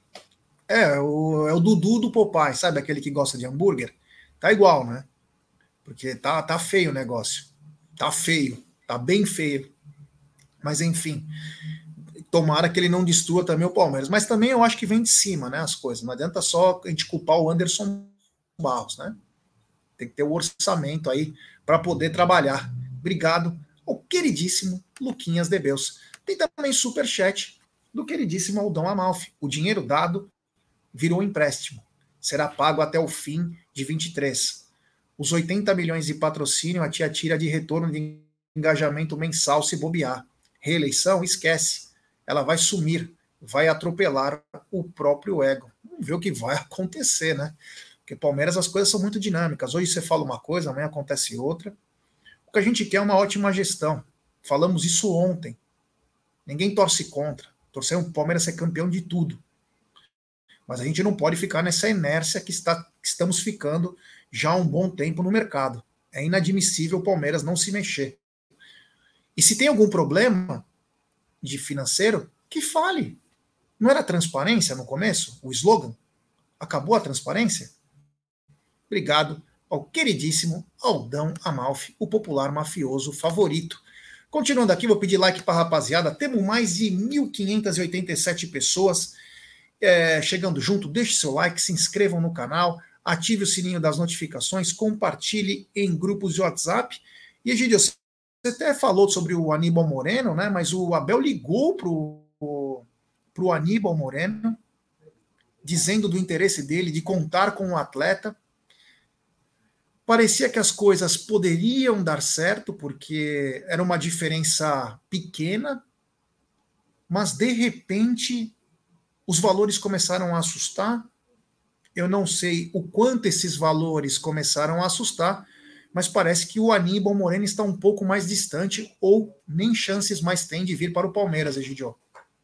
é o, é o Dudu do Popeye, sabe? Aquele que gosta de hambúrguer. Tá igual, né? Porque tá, tá feio o negócio. Tá feio. Tá bem feio. Mas enfim. Tomara que ele não destrua também o Palmeiras. Mas também eu acho que vem de cima, né? As coisas. Não adianta só a gente culpar o Anderson Barros, né? Tem que ter o orçamento aí para poder trabalhar. Obrigado ao queridíssimo Luquinhas de Beus. Tem também superchat do queridíssimo Aldão Amalfi. O dinheiro dado virou empréstimo. Será pago até o fim de vinte e três. Os oitenta milhões de patrocínio a tia tira de retorno de engajamento mensal se bobear. Reeleição, esquece. Ela vai sumir, vai atropelar o próprio ego. Vamos ver o que vai acontecer, né? Porque Palmeiras as coisas são muito dinâmicas. Hoje você fala uma coisa, amanhã acontece outra. O que a gente quer é uma ótima gestão. Falamos isso ontem. Ninguém torce contra. Torcer o Palmeiras ser campeão de tudo. Mas a gente não pode ficar nessa inércia que, está, que estamos ficando já há um bom tempo no mercado. É inadmissível o Palmeiras não se mexer. E se tem algum problema de financeiro, que fale. Não era transparência no começo? O slogan? Acabou a transparência? Obrigado ao queridíssimo Aldão Amalfi, o popular mafioso favorito. Continuando aqui, vou pedir like para a rapaziada. Temos mais de mil quinhentas e oitenta e sete pessoas é, chegando junto. Deixe seu like, se inscrevam no canal, ative o sininho das notificações, compartilhe em grupos de WhatsApp. E, Egídio, você até falou sobre o Aníbal Moreno, né? Mas o Abel ligou para o Aníbal Moreno, dizendo do interesse dele de contar com o atleta. Parecia que as coisas poderiam dar certo, porque era uma diferença pequena, mas de repente os valores começaram a assustar. Eu não sei o quanto esses valores começaram a assustar, mas parece que o Aníbal Moreno está um pouco mais distante, ou nem chances mais tem de vir para o Palmeiras, Egidio.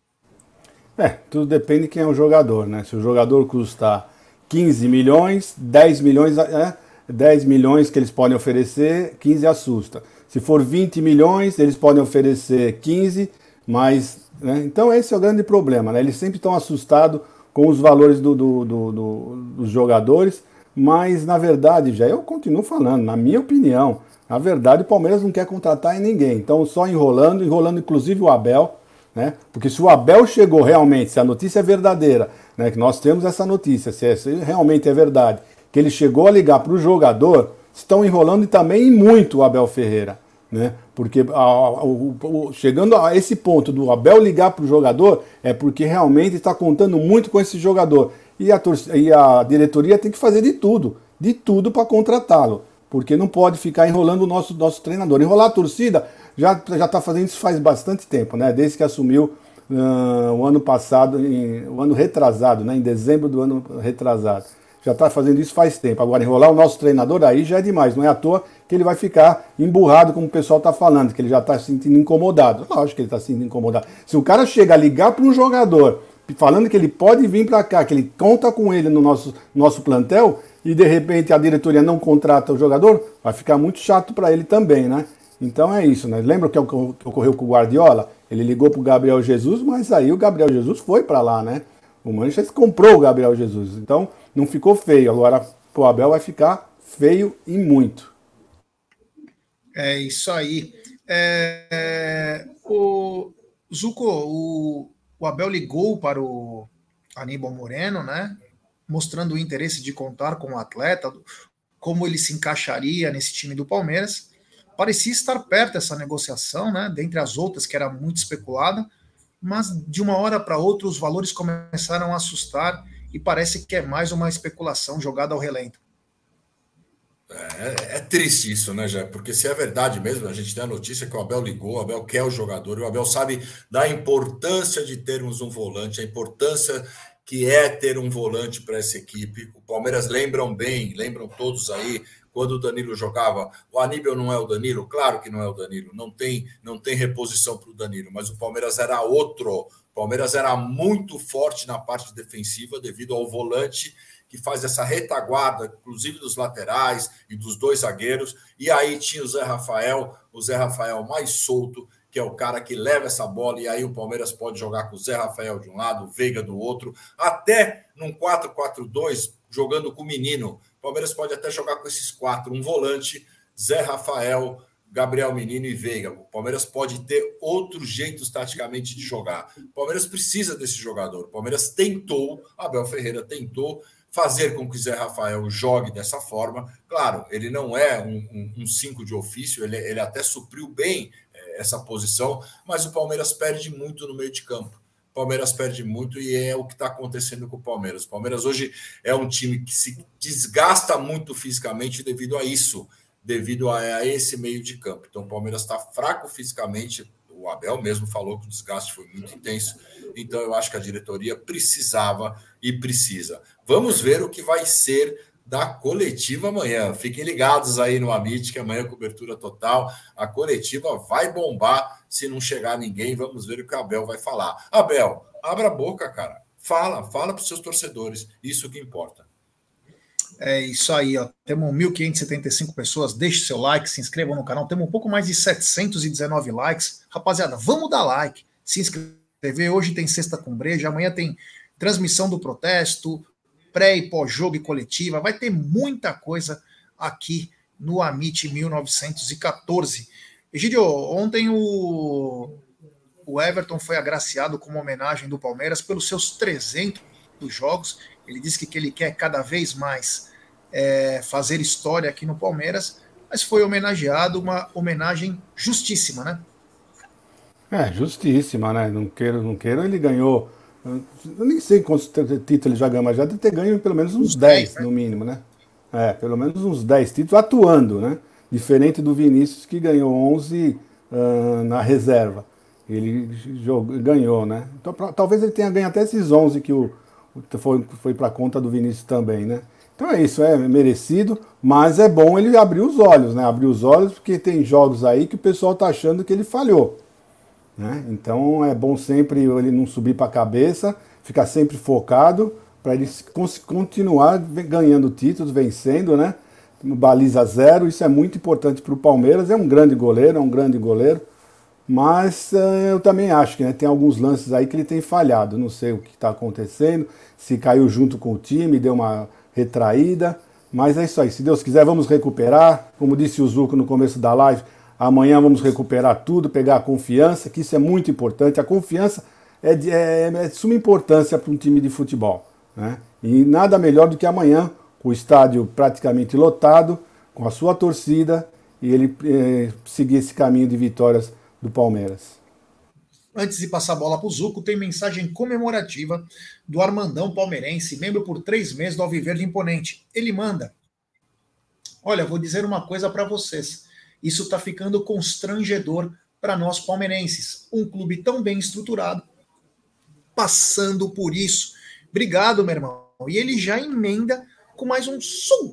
É, tudo depende de quem é o jogador, né? Se o jogador custar quinze milhões, dez milhões... É, dez milhões que eles podem oferecer, quinze assusta. Se for vinte milhões, eles podem oferecer quinze, mas... Né? Então esse é o grande problema, né? Eles sempre estão assustados com os valores do, do, do, do, dos jogadores, mas na verdade, já eu continuo falando, na minha opinião, na verdade o Palmeiras não quer contratar em ninguém, então só enrolando, enrolando inclusive o Abel, né? Porque se o Abel chegou realmente, se a notícia é verdadeira, né? Que nós temos essa notícia, se, é, se realmente é verdade, que ele chegou a ligar para o jogador, estão enrolando e também muito o Abel Ferreira. né? Porque a, a, o, o, chegando a esse ponto do Abel ligar para o jogador, é porque realmente está contando muito com esse jogador. E a, e a diretoria tem que fazer de tudo, de tudo para contratá-lo. Porque não pode ficar enrolando o nosso, nosso treinador. Enrolar a torcida já já está fazendo isso faz bastante tempo, né? Desde que assumiu uh, o ano passado, em, o ano retrasado, né? Em dezembro do ano retrasado. Já está fazendo isso faz tempo. Agora, enrolar o nosso treinador aí já é demais. Não é à toa que ele vai ficar emburrado, como o pessoal está falando, que ele já está se sentindo incomodado. Lógico que ele está se sentindo incomodado. Se o cara chega a ligar para um jogador falando que ele pode vir para cá, que ele conta com ele no nosso, nosso plantel, e de repente a diretoria não contrata o jogador, vai ficar muito chato para ele também, né? Então é isso, né? Lembra o que ocorreu com o Guardiola? Ele ligou para o Gabriel Jesus, mas aí o Gabriel Jesus foi para lá, né? O Manchester comprou o Gabriel Jesus, então não ficou feio. Agora o Abel vai ficar feio e muito. É isso aí. É, o Zuko, o, o Abel ligou para o Aníbal Moreno, né? Mostrando o interesse de contar com o atleta, como ele se encaixaria nesse time do Palmeiras. Parecia estar perto dessa negociação, né? Dentre as outras, que era muito especulada, mas de uma hora para outra os valores começaram a assustar e parece que é mais uma especulação jogada ao relento. É, é triste isso, né, Jé? Porque se é verdade mesmo, a gente tem a notícia que o Abel ligou, o Abel quer o jogador, e o Abel sabe da importância de termos um volante, a importância que é ter um volante para essa equipe. O Palmeiras lembram bem, lembram todos aí, quando o Danilo jogava, o Aníbal não é o Danilo? Claro que não é o Danilo, não tem, não tem reposição para o Danilo, mas o Palmeiras era outro. O Palmeiras era muito forte na parte defensiva devido ao volante que faz essa retaguarda, inclusive dos laterais e dos dois zagueiros. E aí tinha o Zé Rafael, o Zé Rafael mais solto, que é o cara que leva essa bola, e aí o Palmeiras pode jogar com o Zé Rafael de um lado, o Veiga do outro, até num quatro quatro dois, jogando com o menino. O Palmeiras pode até jogar com esses quatro, um volante, Zé Rafael, Gabriel Menino e Veiga. O Palmeiras pode ter outros jeitos taticamente de jogar. O Palmeiras precisa desse jogador. O Palmeiras tentou, Abel Ferreira tentou fazer com que o Zé Rafael jogue dessa forma. Claro, ele não é um cinco de ofício, ele, ele até supriu bem é, essa posição, mas o Palmeiras perde muito no meio de campo. O Palmeiras perde muito e é o que está acontecendo com o Palmeiras. O Palmeiras hoje é um time que se desgasta muito fisicamente devido a isso, devido a, a esse meio de campo. Então o Palmeiras está fraco fisicamente. O Abel mesmo falou que o desgaste foi muito intenso. Então eu acho que a diretoria precisava e precisa. Vamos ver o que vai ser da coletiva amanhã. Fiquem ligados aí no Amit, que amanhã é cobertura total. A coletiva vai bombar se não chegar ninguém. Vamos ver o que o Abel vai falar. Abel, abra a boca, cara. Fala, fala para os seus torcedores. Isso que importa. É isso aí, ó. Temos mil quinhentas e setenta e cinco pessoas. Deixe seu like, se inscrevam no canal. Temos um pouco mais de setecentos e dezenove likes. Rapaziada, vamos dar like, se inscrever. Hoje tem Sexta com Breja, amanhã tem transmissão do protesto, pré e pós-jogo e coletiva. Vai ter muita coisa aqui no Amit mil novecentos e quatorze. Egídio, ontem o, o Everton foi agraciado com uma homenagem do Palmeiras pelos seus trezentos jogos. Ele disse que, que ele quer cada vez mais é, fazer história aqui no Palmeiras, mas foi homenageado, uma homenagem justíssima, né? É, justíssima, né? Não queiro, não queiro, ele ganhou, eu nem sei quantos títulos ele já ganhou, mas já deve ter ganho pelo menos uns dez, no mínimo, né? É, pelo menos uns dez títulos atuando, né? Diferente do Vinícius, que ganhou onze uh, na reserva. Ele jogou, ganhou, né? Então, pra, talvez ele tenha ganho até esses onze que o foi, foi para conta do Vinícius também, né? Então é isso, é merecido, mas é bom ele abrir os olhos, né? Abrir os olhos, porque tem jogos aí que o pessoal tá achando que ele falhou, né? Então é bom sempre ele não subir para a cabeça, ficar sempre focado para ele continuar ganhando títulos, vencendo, né? Baliza zero, isso é muito importante para o Palmeiras. É um grande goleiro, é um grande goleiro, mas uh, eu também acho que, né, tem alguns lances aí que ele tem falhado. Não sei o que está acontecendo, se caiu junto com o time, deu uma retraída, mas é isso aí. Se Deus quiser, vamos recuperar. Como disse o Zuco no começo da live, amanhã vamos recuperar tudo, pegar a confiança, que isso é muito importante. A confiança é de, é, é de suma importância para um time de futebol, né? E nada melhor do que amanhã, com o estádio praticamente lotado, com a sua torcida, e ele é, seguir esse caminho de vitórias do Palmeiras. Antes de passar a bola para o Zuco, tem mensagem comemorativa do Armandão Palmeirense, membro por três meses do Alviverde Imponente. Ele manda: olha, vou dizer uma coisa para vocês. Isso está ficando constrangedor para nós palmeirenses. Um clube tão bem estruturado, passando por isso. Obrigado, meu irmão. E ele já emenda com mais um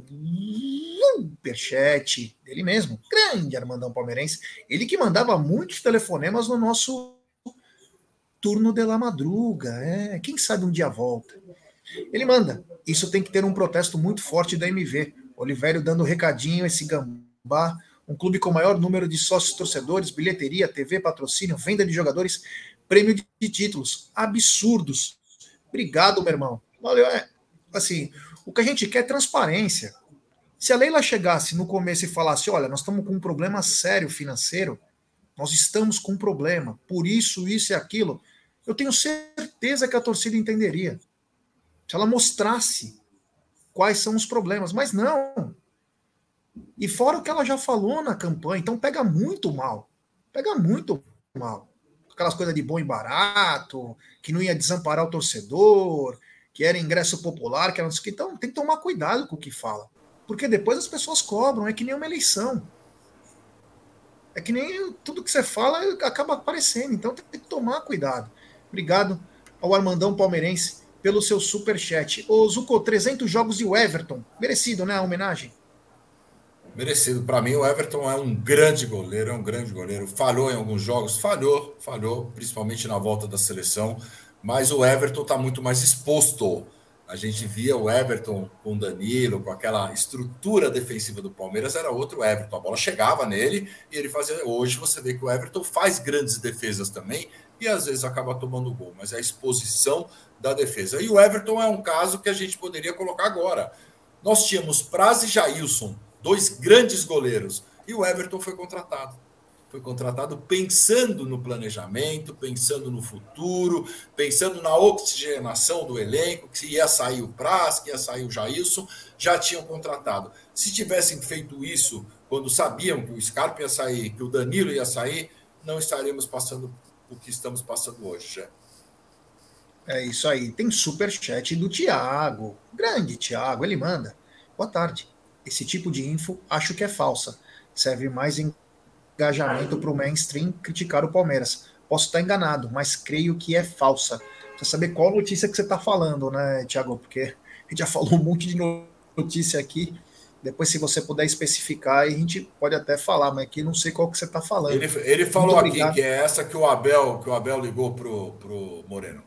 superchat dele mesmo. Grande Armandão Palmeirense. Ele que mandava muitos telefonemas no nosso turno de la madruga. É, quem sabe um dia volta. Ele manda: isso tem que ter um protesto muito forte da M V. Olivério dando recadinho, esse gambá. Um clube com maior número de sócios torcedores, bilheteria, T V, patrocínio, venda de jogadores, prêmio de títulos. Absurdos. Obrigado, meu irmão. Valeu. É, assim, o que a gente quer é transparência. Se a Leila chegasse no começo e falasse: olha, nós estamos com um problema sério financeiro, nós estamos com um problema, por isso, isso e aquilo, eu tenho certeza que a torcida entenderia. Se ela mostrasse quais são os problemas, mas não. E fora o que ela já falou na campanha, então pega muito mal. Pega muito mal. Aquelas coisas de bom e barato, que não ia desamparar o torcedor, que era ingresso popular, que era não sei o que. Então tem que tomar cuidado com o que fala. Porque depois as pessoas cobram, é que nem uma eleição. É que nem tudo que você fala acaba aparecendo, então tem que tomar cuidado. Obrigado ao Armandão Palmeirense pelo seu superchat. Ô Zucco, trezentos jogos de Everton. Merecido, né, a homenagem? Merecido. Para mim, o Everton é um grande goleiro, é um grande goleiro. Falhou em alguns jogos, falhou, falhou, principalmente na volta da seleção, mas o Everton está muito mais exposto. A gente via o Everton com o Danilo, com aquela estrutura defensiva do Palmeiras, era outro Everton. A bola chegava nele e ele fazia. Hoje você vê que o Everton faz grandes defesas também e às vezes acaba tomando gol, mas é a exposição da defesa. E o Everton é um caso que a gente poderia colocar agora. Nós tínhamos Praz e Jailson, dois grandes goleiros, e o Everton foi contratado. Foi contratado pensando no planejamento, pensando no futuro, pensando na oxigenação do elenco, que ia sair o Praz, que ia sair o Jailson, já tinham contratado. Se tivessem feito isso quando sabiam que o Scarpa ia sair, que o Danilo ia sair, não estaríamos passando o que estamos passando hoje, já. É isso aí. Tem superchat do Thiago. Grande Thiago, ele manda: boa tarde. Esse tipo de info acho que é falsa. Serve mais em engajamento para o mainstream criticar o Palmeiras. Posso estar enganado, mas creio que é falsa. Precisa saber qual notícia que você está falando, né, Thiago? Porque a gente já falou um monte de notícia aqui. Depois, se você puder especificar, a gente pode até falar, mas aqui não sei qual que você está falando. Ele, ele falou aqui que é essa que o Abel, que o Abel ligou pro, pro Moreno.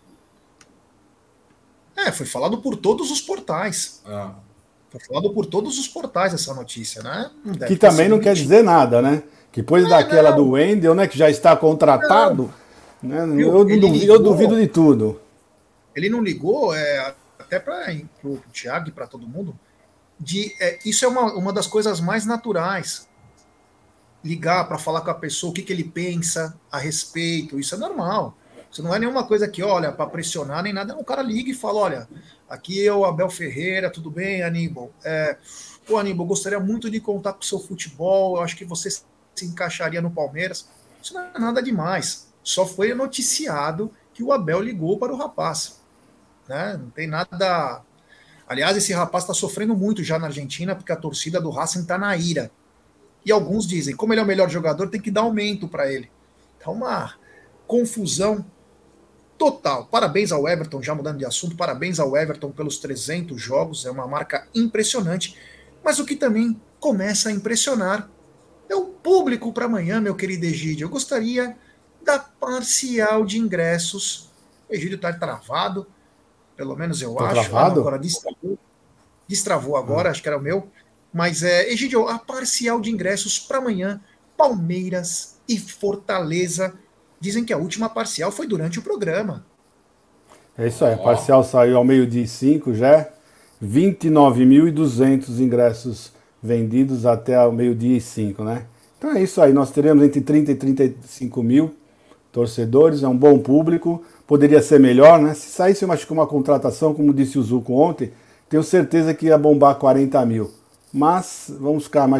É, foi falado por todos os portais. Ah. Foi falado por todos os portais essa notícia, né? Que também não quer dizer nada, né? Que depois é, daquela não. do Wendel, né, que já está contratado, né, eu, duvido, ligou, eu duvido de tudo. Ele não ligou, é, até para o Thiago e para todo mundo, de, é, isso é uma, uma das coisas mais naturais. Ligar para falar com a pessoa o que, que ele pensa a respeito, isso é normal. Isso não é nenhuma coisa que, olha, para pressionar nem nada. O cara liga e fala: olha, aqui é o Abel Ferreira, tudo bem, Aníbal? É, pô, Aníbal, gostaria muito de contar com o seu futebol, eu acho que você se encaixaria no Palmeiras. Isso não é nada demais. Só foi noticiado que o Abel ligou para o rapaz. Né? Não tem nada... Aliás, esse rapaz está sofrendo muito já na Argentina, porque a torcida do Racing está na ira. E alguns dizem, como ele é o melhor jogador, tem que dar aumento para ele. Tá uma confusão total. Parabéns ao Everton, já mudando de assunto, parabéns ao Everton pelos trezentos jogos, é uma marca impressionante. Mas o que também começa a impressionar é o público para amanhã, meu querido Egídio. Eu gostaria da parcial de ingressos. O Egídio está travado, pelo menos eu tá acho. Travado? Ah, não, agora destravou. Destravou agora, hum. acho que era o meu. Mas, é, Egídio, a parcial de ingressos para amanhã, Palmeiras e Fortaleza. Dizem que a última parcial foi durante o programa. É isso aí, a parcial saiu ao meio-dia e cinco já. vinte e nove mil e duzentos ingressos vendidos até ao meio-dia e cinco, né? Então é isso aí, nós teremos entre trinta e trinta e cinco mil torcedores, é um bom público, poderia ser melhor, né? Se saísse uma, uma contratação, como disse o Zucco ontem, tenho certeza que ia bombar quarenta mil. Mas vamos ficar mais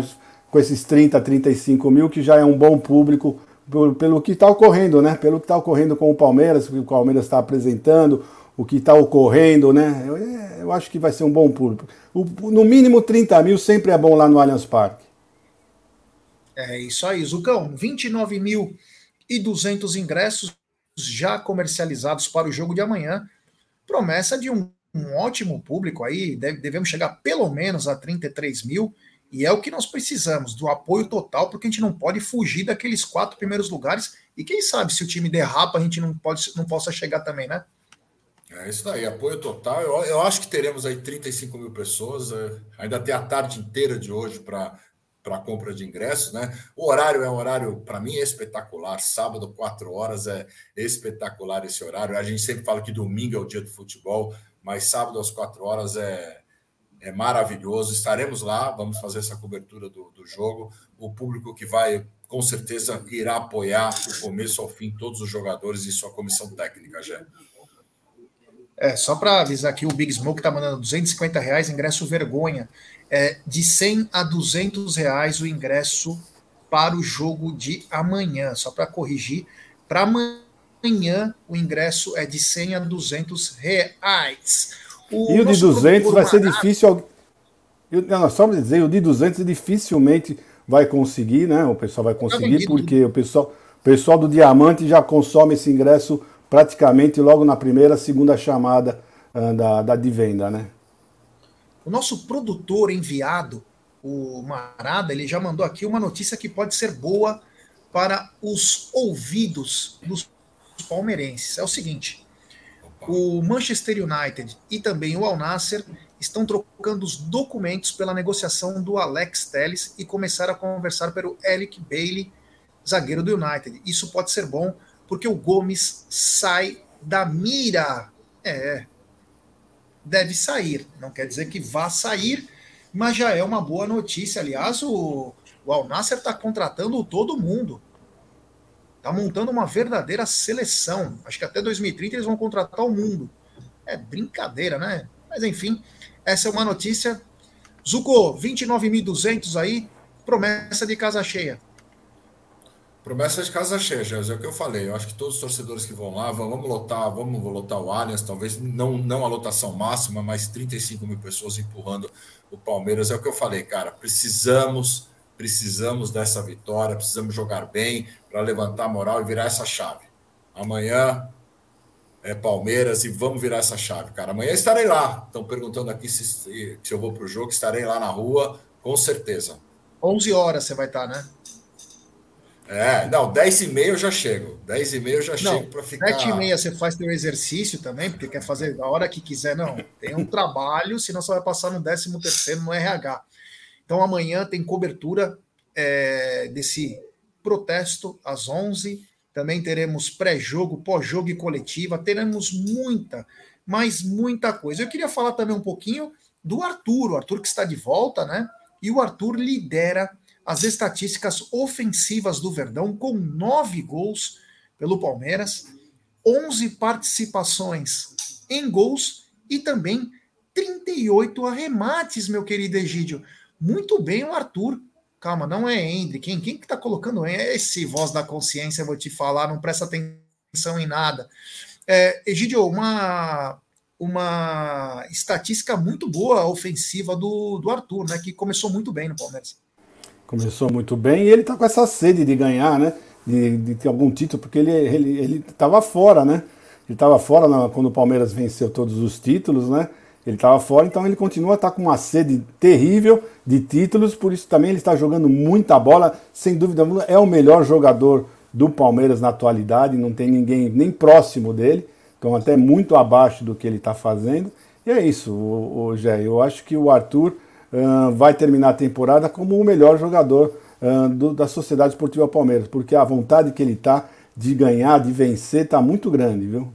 com esses trinta, trinta e cinco mil, que já é um bom público pelo, pelo que está ocorrendo, né? Pelo que está ocorrendo com o Palmeiras, o que o Palmeiras está apresentando, o que está ocorrendo, né? Eu, eu acho que vai ser um bom público. O, no mínimo trinta mil sempre é bom lá no Allianz Parque. É isso aí, Zucão. vinte e nove mil e duzentos ingressos já comercializados para o jogo de amanhã. Promessa de um, um ótimo público aí. Deve, devemos chegar pelo menos a trinta e três mil. E é o que nós precisamos, do apoio total, porque a gente não pode fugir daqueles quatro primeiros lugares. E quem sabe se o time derrapa, a gente não, pode, não possa chegar também, né? É isso daí, apoio total. Eu, eu acho que teremos aí trinta e cinco mil pessoas. É, ainda tem a tarde inteira de hoje para para compra de ingressos, né? O horário é um horário, para mim, espetacular. Sábado, quatro horas, é espetacular esse horário. A gente sempre fala que domingo é o dia do futebol, mas sábado às quatro horas é, é maravilhoso. Estaremos lá, vamos fazer essa cobertura do, do jogo. O público que vai, com certeza, irá apoiar do começo ao fim todos os jogadores e sua comissão técnica, já. É, só para avisar aqui, o Big Smoke tá mandando duzentos e cinquenta reais, ingresso vergonha. É, de cem a duzentos reais o ingresso para o jogo de amanhã. Só para corrigir, para amanhã o ingresso é de cem a duzentos reais. O e o de duzentos vai ser difícil. Eu, não, só para dizer, o de duzentos dificilmente vai conseguir, né? O pessoal vai conseguir, porque o pessoal, o pessoal do Diamante já consome esse ingresso praticamente logo na primeira, segunda chamada uh, da, da de venda, né? O nosso produtor enviado, o Marada, ele já mandou aqui uma notícia que pode ser boa para os ouvidos dos palmeirenses. É o seguinte, o Manchester United e também o Al Nassr estão trocando os documentos pela negociação do Alex Telles e começaram a conversar pelo Eric Bailly, zagueiro do United. Isso pode ser bom, porque o Gomes sai da mira. É, deve sair. Não quer dizer que vá sair, mas já é uma boa notícia. Aliás, o, o Al Nassr está contratando todo mundo. Está montando uma verdadeira seleção. Acho que até dois mil e trinta eles vão contratar o mundo. É brincadeira, né? Mas enfim, essa é uma notícia. Zuko, vinte e nove mil e duzentos aí, promessa de casa cheia. Promessa de casa cheia, Gés, é o que eu falei. Eu acho que todos os torcedores que vão lá, vamos lotar, vamos lotar o Allianz, talvez não, não a lotação máxima, mas trinta e cinco mil pessoas empurrando o Palmeiras. É o que eu falei, cara. Precisamos, precisamos dessa vitória, precisamos jogar bem para levantar a moral e virar essa chave. Amanhã é Palmeiras e vamos virar essa chave, cara. Amanhã estarei lá. Estão perguntando aqui se, se eu vou para o jogo, estarei lá na rua, com certeza. onze horas você vai estar, né? É, não, dez e meia eu já chego. dez e meia eu já não, chego para ficar. sete e meia você faz teu exercício também, porque quer fazer a hora que quiser, não. Tem um trabalho, senão você vai passar no décimo terceiro no R H. Então amanhã tem cobertura é, desse protesto às onze. Também teremos pré-jogo, pós-jogo e coletiva. Teremos muita, mas muita coisa. Eu queria falar também um pouquinho do Arthur. O Arthur que está de volta, né? E o Arthur lidera as estatísticas ofensivas do Verdão, com nove gols pelo Palmeiras, onze participações em gols e também trinta e oito arremates, meu querido Egídio. Muito bem o Arthur. Calma, não é Hendrick. Quem, quem que tá colocando é esse voz da consciência, eu vou te falar, não presta atenção em nada. É, Egídio, uma, uma estatística muito boa ofensiva do, do Arthur, né, que começou muito bem no Palmeiras. Começou muito bem e ele tá com essa sede de ganhar, né? De, de ter algum título, porque ele ele ele estava fora, né? Ele estava fora na, quando o Palmeiras venceu todos os títulos, né? Ele estava fora, então ele continua a estar com uma sede terrível de títulos, por isso também ele está jogando muita bola, sem dúvida, é o melhor jogador do Palmeiras na atualidade, não tem ninguém nem próximo dele, então até muito abaixo do que ele está fazendo. E é isso, o, o Gé, eu acho que o Arthur Uh, vai terminar a temporada como o melhor jogador uh, do, da Sociedade Esportiva Palmeiras, porque a vontade que ele tá de ganhar, de vencer, tá muito grande, viu?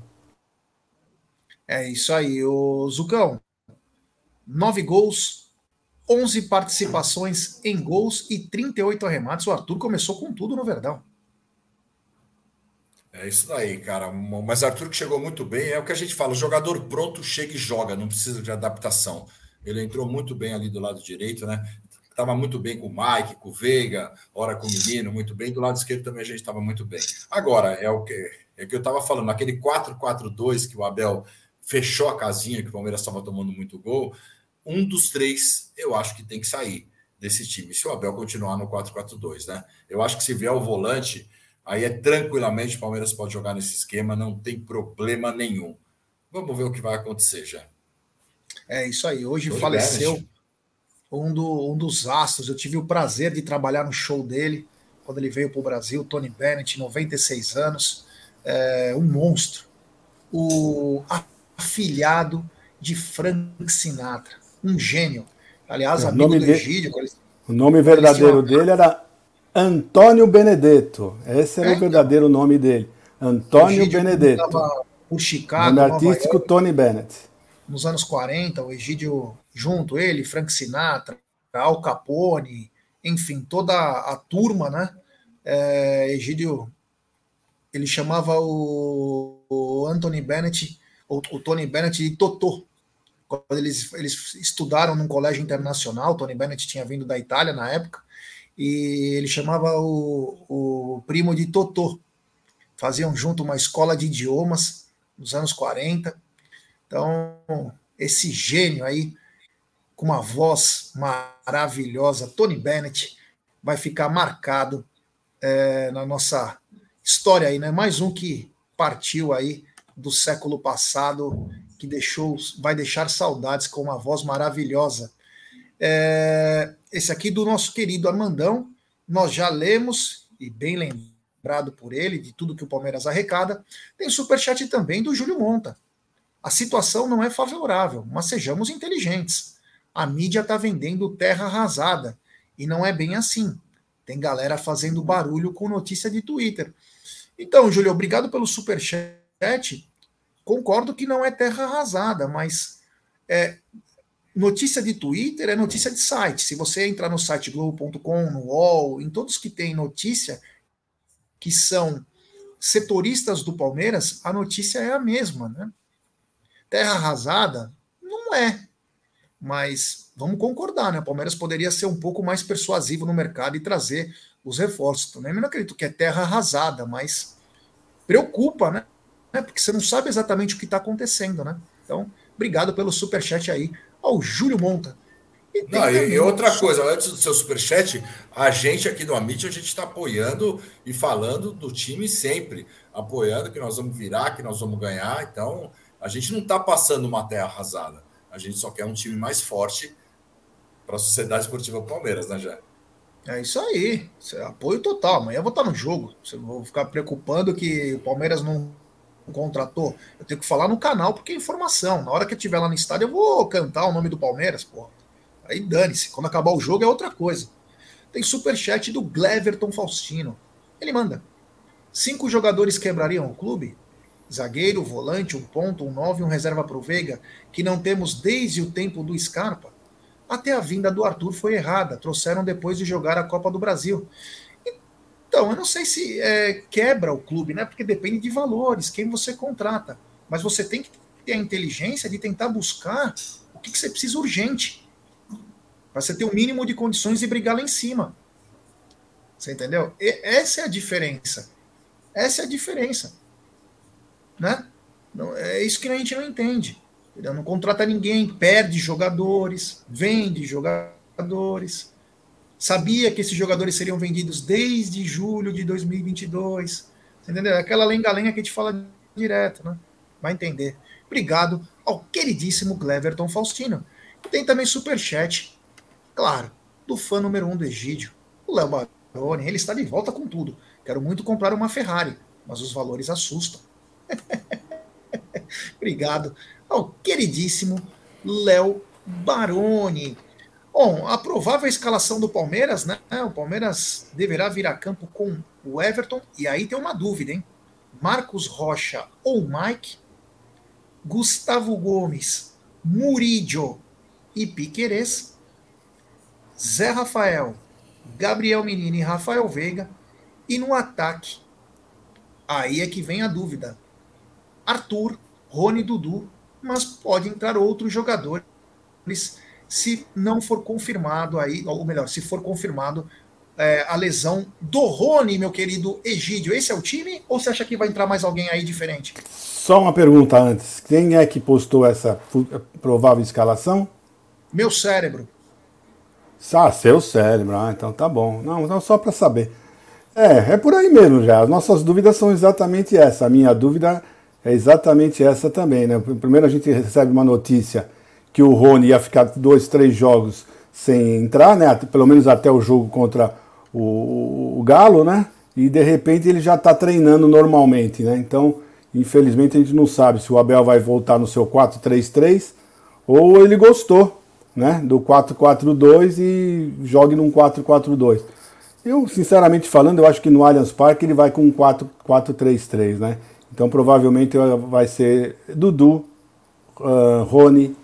É isso aí, o Zucão. Nove gols, onze participações em gols e trinta e oito arremates. O Arthur começou com tudo no Verdão. É isso daí, cara. Mas Arthur que chegou muito bem, é o que a gente fala, o jogador pronto chega e joga, não precisa de adaptação. Ele entrou muito bem ali do lado direito, né? estava muito bem com o Mike, com o Veiga, hora com o Menino, muito bem. Do lado esquerdo também a gente estava muito bem. Agora, é o que, é o que eu estava falando, aquele quatro quatro dois que o Abel fechou a casinha, que o Palmeiras estava tomando muito gol, um dos três eu acho que tem que sair desse time, se o Abel continuar no quatro quatro dois, né? Eu acho que se vier o volante, aí é tranquilamente o Palmeiras pode jogar nesse esquema, não tem problema nenhum. Vamos ver o que vai acontecer já. É isso aí. Hoje Tony faleceu Bennett. um, do, um dos astros. Eu tive o prazer de trabalhar no show dele quando ele veio para o Brasil. Tony Bennett, noventa e seis anos, é, um monstro. O afilhado de Frank Sinatra, um gênio. Aliás, É, o amigo nome, do de... Egídio. Quando eles, o nome quando eles tinham verdadeiro uma... dele era Antônio Benedetto. Esse era É, o então, verdadeiro nome dele. o Antônio Egídio, quando Benedetto. estava por Nome Chicago, Nova artístico York, Tony Bennett. nos anos quarenta, o Egídio, junto, ele, Frank Sinatra, Al Capone, enfim, toda a turma, né? É, Egídio, ele chamava o, o Anthony Bennett, o, o Tony Bennett de Totô. Quando eles, eles estudaram num colégio internacional, Tony Bennett tinha vindo da Itália na época, e ele chamava o, o primo de Totô. Faziam junto uma escola de idiomas nos anos quarenta. Então, esse gênio aí, com uma voz maravilhosa, Tony Bennett, vai ficar marcado é, na nossa história aí, né? Mais um que partiu aí do século passado, que deixou, vai deixar saudades com uma voz maravilhosa. É, esse aqui do nosso querido Armandão, nós já lemos, e bem lembrado por ele, de tudo que o Palmeiras arrecada. Tem superchat também do Júlio Monta. A situação não é favorável, mas sejamos inteligentes. A mídia está vendendo terra arrasada, e não é bem assim. Tem galera fazendo barulho com notícia de Twitter. Então, Júlio, obrigado pelo superchat. Concordo que não é terra arrasada, mas é, notícia de Twitter é notícia de site. Se você entrar no site globo ponto com, no U O L, em todos que tem notícia, que são setoristas do Palmeiras, a notícia é a mesma, né? Terra arrasada? Não é. Mas vamos concordar, né? O Palmeiras poderia ser um pouco mais persuasivo no mercado e trazer os reforços. Também não acredito que é terra arrasada, mas preocupa, né? Porque você não sabe exatamente o que está acontecendo, né? Então, obrigado pelo superchat aí ao Júlio Monta. E não, e, e outra coisa, antes do seu superchat, a gente aqui do Amit, a gente está apoiando e falando do time sempre, apoiando que nós vamos virar, que nós vamos ganhar. Então, a gente não está passando uma terra arrasada. A gente só quer um time mais forte para a Sociedade Esportiva Palmeiras, né, Jé? É isso aí. Isso é apoio total. Amanhã eu vou estar no jogo. Você não vou ficar preocupando que o Palmeiras não contratou. Eu tenho que falar no canal porque é informação. Na hora que eu estiver lá no estádio, eu vou cantar o nome do Palmeiras, pô. Aí dane-se. Quando acabar o jogo é outra coisa. Tem superchat do Gleverton Faustino. Ele manda. Cinco jogadores quebrariam o clube? Zagueiro, volante, um ponto, um nove e um reserva pro Veiga, que não temos desde o tempo do Scarpa. Até a vinda do Arthur foi errada. Trouxeram depois de jogar a Copa do Brasil. Então, eu não sei se é, quebra o clube, né? Porque depende de valores, quem você contrata. Mas você tem que ter a inteligência de tentar buscar o que, que você precisa urgente. Para você ter o mínimo de condições de brigar lá em cima. Você entendeu? E essa é a diferença. Essa é a diferença. Né? Não, é isso que a gente não entende. Entendeu? Não contrata ninguém, perde jogadores, vende jogadores. Sabia que esses jogadores seriam vendidos desde julho de dois mil e vinte e dois. Entendeu? Aquela lenga-lenga que a gente fala direto, né? Vai entender. Obrigado ao queridíssimo Cleverton Faustino. Tem também superchat, claro, do fã número um do Egídio, o Léo Baroni. Ele está de volta com tudo. Quero muito comprar uma Ferrari, mas os valores assustam. Obrigado ao queridíssimo Léo Baroni. Bom, a provável escalação do Palmeiras, né? O Palmeiras deverá vir a campo com o Everton, e aí tem uma dúvida, hein? Marcos Rocha ou Mike, Gustavo Gomes, Murillo e Piquerez, Zé Rafael, Gabriel Menino e Rafael Veiga, e no ataque, aí é que vem a dúvida, Arthur, Rony, Dudu, mas pode entrar outros jogadores se não for confirmado aí, ou melhor, se for confirmado é, a lesão do Rony, meu querido Egídio. Esse é o time ou você acha que vai entrar mais alguém aí diferente? Só uma pergunta antes. Quem é que postou essa provável escalação? Meu cérebro. Ah, seu cérebro. Ah, então tá bom. Não, não só para saber. É, é por aí mesmo já. As nossas dúvidas são exatamente essa. A minha dúvida é exatamente essa também, né? Primeiro a gente recebe uma notícia que o Rony ia ficar dois, três jogos sem entrar, né? Pelo menos até o jogo contra o, o Galo, né? E de repente ele já está treinando normalmente, né? Então, infelizmente a gente não sabe se o Abel vai voltar no seu quatro três três ou ele gostou, né? Do quatro quatro dois e jogue num quatro quatro dois. Eu, sinceramente falando, eu acho que no Allianz Parque ele vai com um quatro quatro três três, né? Então provavelmente vai ser Dudu, uh, Rony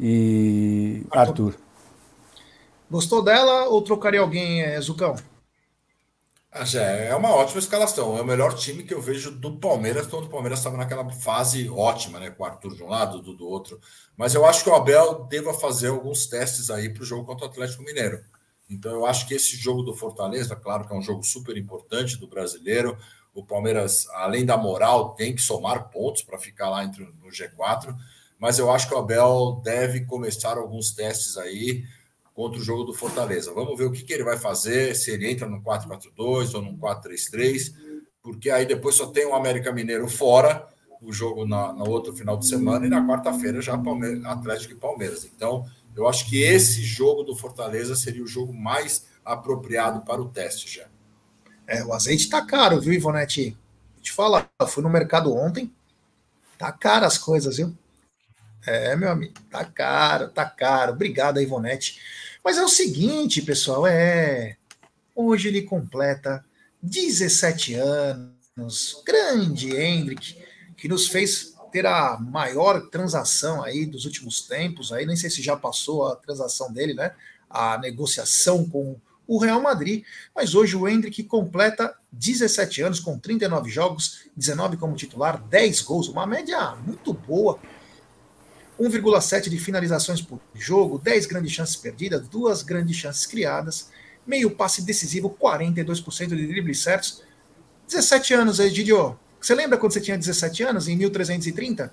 e Arthur. Gostou dela ou trocaria alguém, é, Zucão? Ah, já é uma ótima escalação. É o melhor time que eu vejo do Palmeiras, quando o Palmeiras estava naquela fase ótima, né? Com o Arthur de um lado, o Dudu do outro. Mas eu acho que o Abel deva fazer alguns testes aí para o jogo contra o Atlético Mineiro. Então eu acho que esse jogo do Fortaleza, claro que é um jogo super importante do brasileiro. O Palmeiras, além da moral, tem que somar pontos para ficar lá entre no G quatro. Mas eu acho que o Abel deve começar alguns testes aí contra o jogo do Fortaleza. Vamos ver o que, que ele vai fazer, se ele entra no quatro quatro dois ou no quatro três três, porque aí depois só tem o América Mineiro fora, o jogo na, no outro final de semana, e na quarta-feira já Palmeiras, Atlético e Palmeiras. Então, eu acho que esse jogo do Fortaleza seria o jogo mais apropriado para o teste já. É, o azeite tá caro, viu, Ivonete? Vou te falar, eu fui no mercado ontem, tá caro as coisas, viu? É, meu amigo, tá caro, tá caro. Obrigado, Ivonete. Mas é o seguinte, pessoal, é... Hoje ele completa dezessete anos. Grande Hendrick, que nos fez ter a maior transação aí dos últimos tempos. Aí nem sei se já passou a transação dele, né? A negociação com o Real Madrid. Mas hoje o Hendrick completa dezessete anos, com trinta e nove jogos, dezenove como titular, dez gols, uma média muito boa. um vírgula sete de finalizações por jogo, dez grandes chances perdidas, duas grandes chances criadas, meio passe decisivo, quarenta e dois por cento de dribles certos. dezessete anos, Egidio. Você lembra quando você tinha dezessete anos, em mil trezentos e trinta?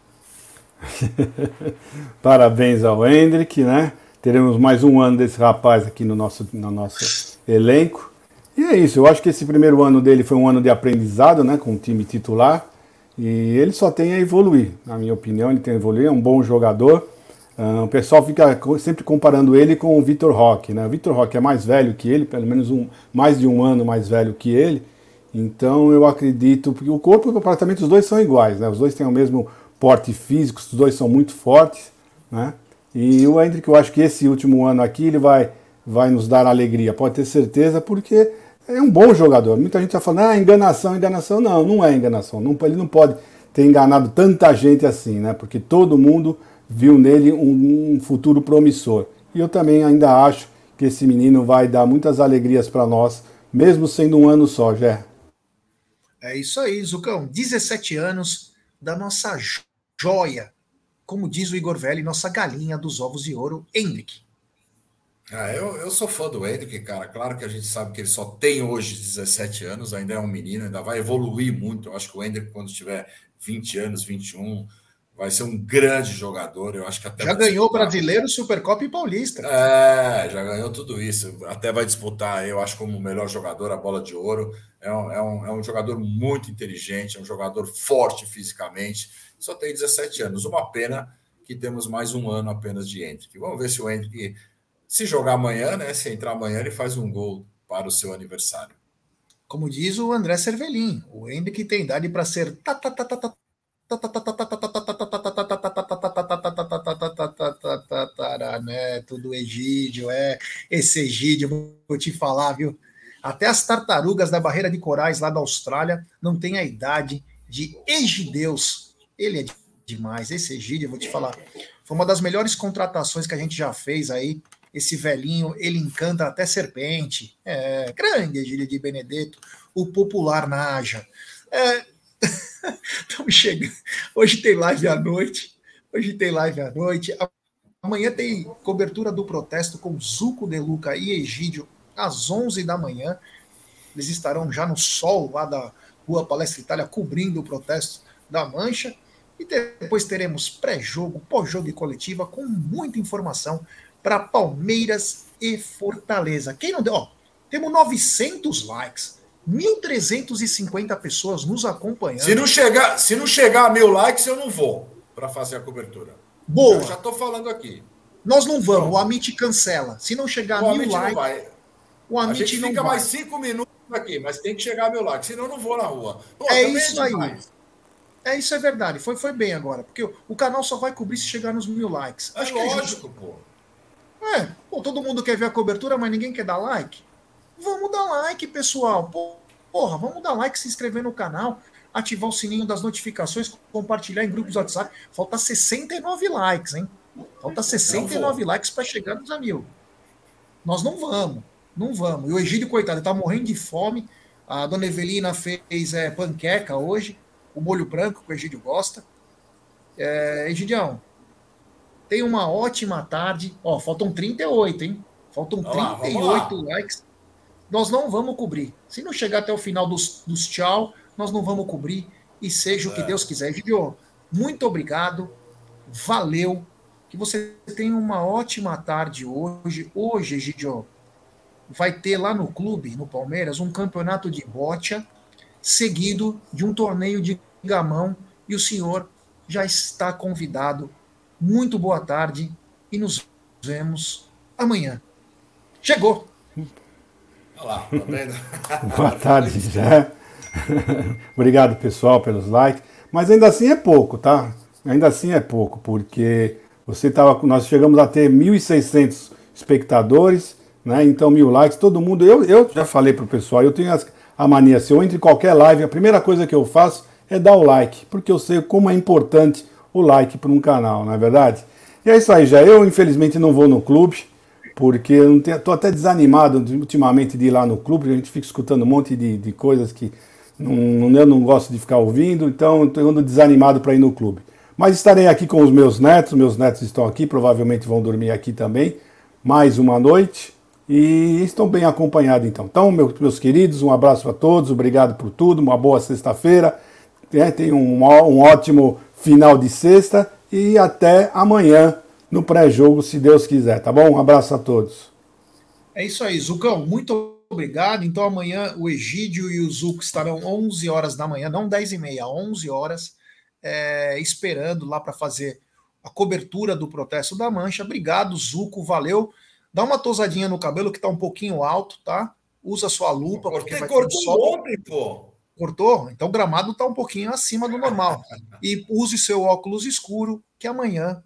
Parabéns ao Hendrick, né? Teremos mais um ano desse rapaz aqui no nosso, no nosso elenco. E é isso, eu acho que esse primeiro ano dele foi um ano de aprendizado, né? Com o time titular. E ele só tem a evoluir, na minha opinião, ele tem a evoluir, é um bom jogador. Uh, o pessoal fica sempre comparando ele com o Vitor Roque, né? O Vitor Roque é mais velho que ele, pelo menos um, mais de um ano mais velho que ele. Então eu acredito, porque o corpo praticamente os dois são iguais, né? Os dois têm o mesmo porte físico, os dois são muito fortes, né? E o Hendrick, eu acho que esse último ano aqui ele vai, vai nos dar alegria, pode ter certeza, porque é um bom jogador. Muita gente está falando, ah, enganação, enganação. Não, não é enganação. Não, ele não pode ter enganado tanta gente assim, né? Porque todo mundo viu nele um, um futuro promissor. E eu também ainda acho que esse menino vai dar muitas alegrias para nós, mesmo sendo um ano só, Jé. É isso aí, Zucão. dezessete anos da nossa joia. Como diz o Igor Velli, nossa galinha dos ovos de ouro, Hendrick. Ah, eu, eu sou fã do Hendrick, cara. Claro que a gente sabe que ele só tem hoje dezessete anos, ainda é um menino, ainda vai evoluir muito. Eu acho que o Hendrick, quando tiver vinte anos, vinte e um, vai ser um grande jogador. Eu acho que até já ganhou disputar... Brasileiro, Supercopa e Paulista. É, já ganhou tudo isso. Até vai disputar, eu acho, como o melhor jogador, a bola de ouro. É um, é um, é um jogador muito inteligente, é um jogador forte fisicamente. Só tem dezessete anos. Uma pena que temos mais um ano apenas de Hendrick. Vamos ver se o Hendrick... Se jogar amanhã, né? Se entrar amanhã, ele faz um gol para o seu aniversário. Como diz o André Cervelin, o Hendrick tem idade para ser neto do Egídio, é esse Egídio, vou te falar, viu? Até as tartarugas da barreira de corais lá da Austrália não têm a idade de Egideus. Ele é demais, esse Egídio, vou te falar. Foi uma das melhores contratações que a gente já fez aí. Esse velhinho, ele encanta até serpente. É, grande Egídio de Benedetto, o popular Naja. É, estamos chegando. Hoje tem live à noite. Hoje tem live à noite. Amanhã tem cobertura do protesto com Zuco De Luca e Egídio às onze da manhã. Eles estarão já no sol lá da Rua Palestra Itália cobrindo o protesto da Mancha. E depois teremos pré-jogo, pós-jogo e coletiva com muita informação para Palmeiras e Fortaleza. Quem não deu? Ó, temos novecentos likes, mil trezentas e cinquenta pessoas nos acompanhando. Se não chegar, se não chegar a mil likes, eu não vou para fazer a cobertura. Boa. Eu já estou falando aqui. Nós não vamos, Pronto. O Amit cancela. Se não chegar o a mil Amit likes, não vai. o Amit a gente não fica vai. mais cinco minutos aqui, mas tem que chegar a mil likes, senão eu não vou na rua. Pô, é isso é aí. É isso, é verdade. Foi, foi bem agora. Porque o, o canal só vai cobrir se chegar nos mil likes. É Acho lógico, que pô. É, pô, todo mundo quer ver a cobertura, mas ninguém quer dar like? Vamos dar like, pessoal. Porra, vamos dar like, se inscrever no canal, ativar o sininho das notificações, compartilhar em grupos do WhatsApp. Falta sessenta e nove likes, hein? Falta sessenta e nove likes para chegar nos a mil. Nós não vamos, não vamos. E o Egídio, coitado, tá morrendo de fome. A dona Evelina fez é, panqueca hoje, o molho branco que o Egídio gosta. É, Egidião, tenha uma ótima tarde. Ó, faltam trinta e oito, hein? Faltam lá, trinta e oito likes. Nós não vamos cobrir. Se não chegar até o final dos, dos tchau, nós não vamos cobrir. E seja é. o que Deus quiser. Egidio, muito obrigado. Valeu. Que você tenha uma ótima tarde hoje. Hoje, Egidio, vai ter lá no clube, no Palmeiras, um campeonato de bocha, seguido de um torneio de gamão. E o senhor já está convidado. Muito boa tarde e nos vemos amanhã. Chegou! Olha lá, tá vendo? Boa tarde, já. Obrigado, pessoal, pelos likes. Mas ainda assim é pouco, tá? Ainda assim é pouco, porque você tava, nós chegamos a ter mil e seiscentos espectadores, né? Então mil likes, todo mundo. Eu, eu já falei pro pessoal, eu tenho as, a mania, se eu entro em qualquer live, a primeira coisa que eu faço é dar o like, porque eu sei como é importante o like para um canal, não é verdade? E é isso aí, já. Eu, infelizmente, não vou no clube, porque eu não tenho, tô até desanimado ultimamente de ir lá no clube, a gente fica escutando um monte de, de coisas que não, eu não gosto de ficar ouvindo, então estou ando desanimado para ir no clube. Mas estarei aqui com os meus netos, meus netos estão aqui, provavelmente vão dormir aqui também, mais uma noite, e estão bem acompanhados então. Então, meus, meus queridos, um abraço a todos, obrigado por tudo, uma boa sexta-feira, é, tenham um, um ótimo final de sexta e até amanhã no pré-jogo, se Deus quiser, tá bom? Um abraço a todos. É isso aí, Zucão, muito obrigado. Então amanhã o Egídio e o Zuco estarão onze horas da manhã, não dez e meia, onze horas, é, esperando lá para fazer a cobertura do protesto da Mancha. Obrigado, Zuco, valeu. Dá uma tosadinha no cabelo que tá um pouquinho alto, tá? Usa sua lupa. Cortei, porque vai cortou ter um sol. ontem, pô. Cortou? Então o gramado está um pouquinho acima do normal. E use seu óculos escuro, que amanhã,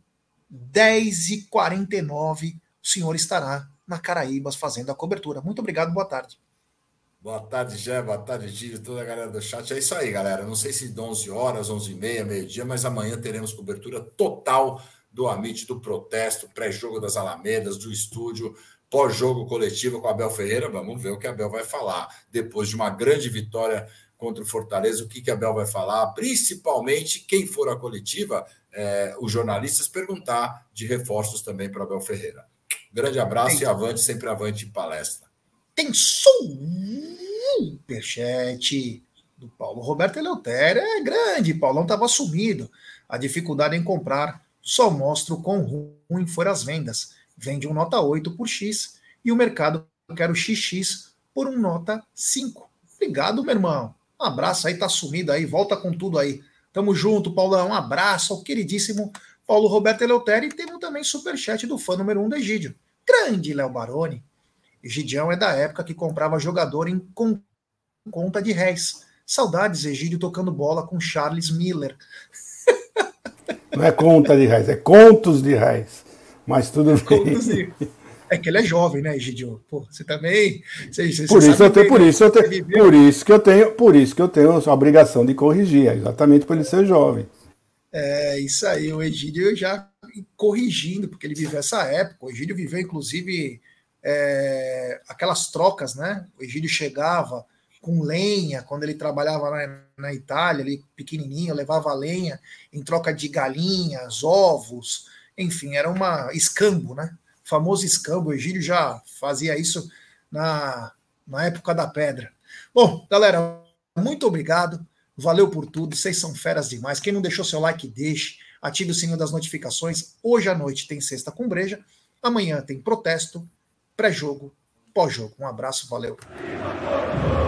dez e quarenta e nove, o senhor estará na Caraíbas fazendo a cobertura. Muito obrigado, boa tarde. Boa tarde, Gé, boa tarde, Gílio, toda a galera do chat. É isso aí, galera. Não sei se onze horas, onze e meia, meio-dia, mas amanhã teremos cobertura total do Amit, do protesto, pré-jogo das Alamedas, do estúdio, pós-jogo coletivo com a Abel Ferreira. Vamos ver o que a Abel vai falar. Depois de uma grande vitória contra o Fortaleza, o que, que a Abel vai falar, principalmente quem for a coletiva, é, os jornalistas perguntar de reforços também para Abel Ferreira. Grande abraço e avante, sempre avante em palestra. Tem superchat do Paulo Roberto Eleutério. É grande, Paulão estava sumido. A dificuldade em comprar só mostra o quão ruim foram as vendas. Vende um nota oito por X e o mercado quer o X X por um nota cinco. Obrigado, meu irmão. Um abraço aí, tá sumido aí, volta com tudo aí. Tamo junto, Paulão. Um abraço ao queridíssimo Paulo Roberto Eleutério. E temos também superchat do fã número um do Egídio. Grande Léo Baroni. Egidião é da época que comprava jogador em com, conta de réis. Saudades, Egídio tocando bola com Charles Miller. Não é conta de réis, é contos de réis. Mas tudo bem. Contos de... É que ele é jovem, né, Egidio? Pô, você também. Você, você por, isso eu tenho, por, isso eu tenho, por isso que eu tenho, por isso que eu tenho a obrigação de corrigir, é exatamente por ele ser jovem. É isso aí, o Egídio já corrigindo, porque ele viveu essa época. O Egídio viveu, inclusive, é, aquelas trocas, né? O Egídio chegava com lenha, quando ele trabalhava na, na Itália, ali pequenininho, levava lenha em troca de galinhas, ovos. enfim, era uma escambo, né? O famoso escambo, o Egílio já fazia isso na, na época da pedra. Bom, galera, muito obrigado, valeu por tudo, vocês são feras demais. Quem não deixou seu like, deixe, ative o sininho das notificações. Hoje à noite tem Sexta com Breja, amanhã tem protesto, pré-jogo, pós-jogo. Um abraço, valeu.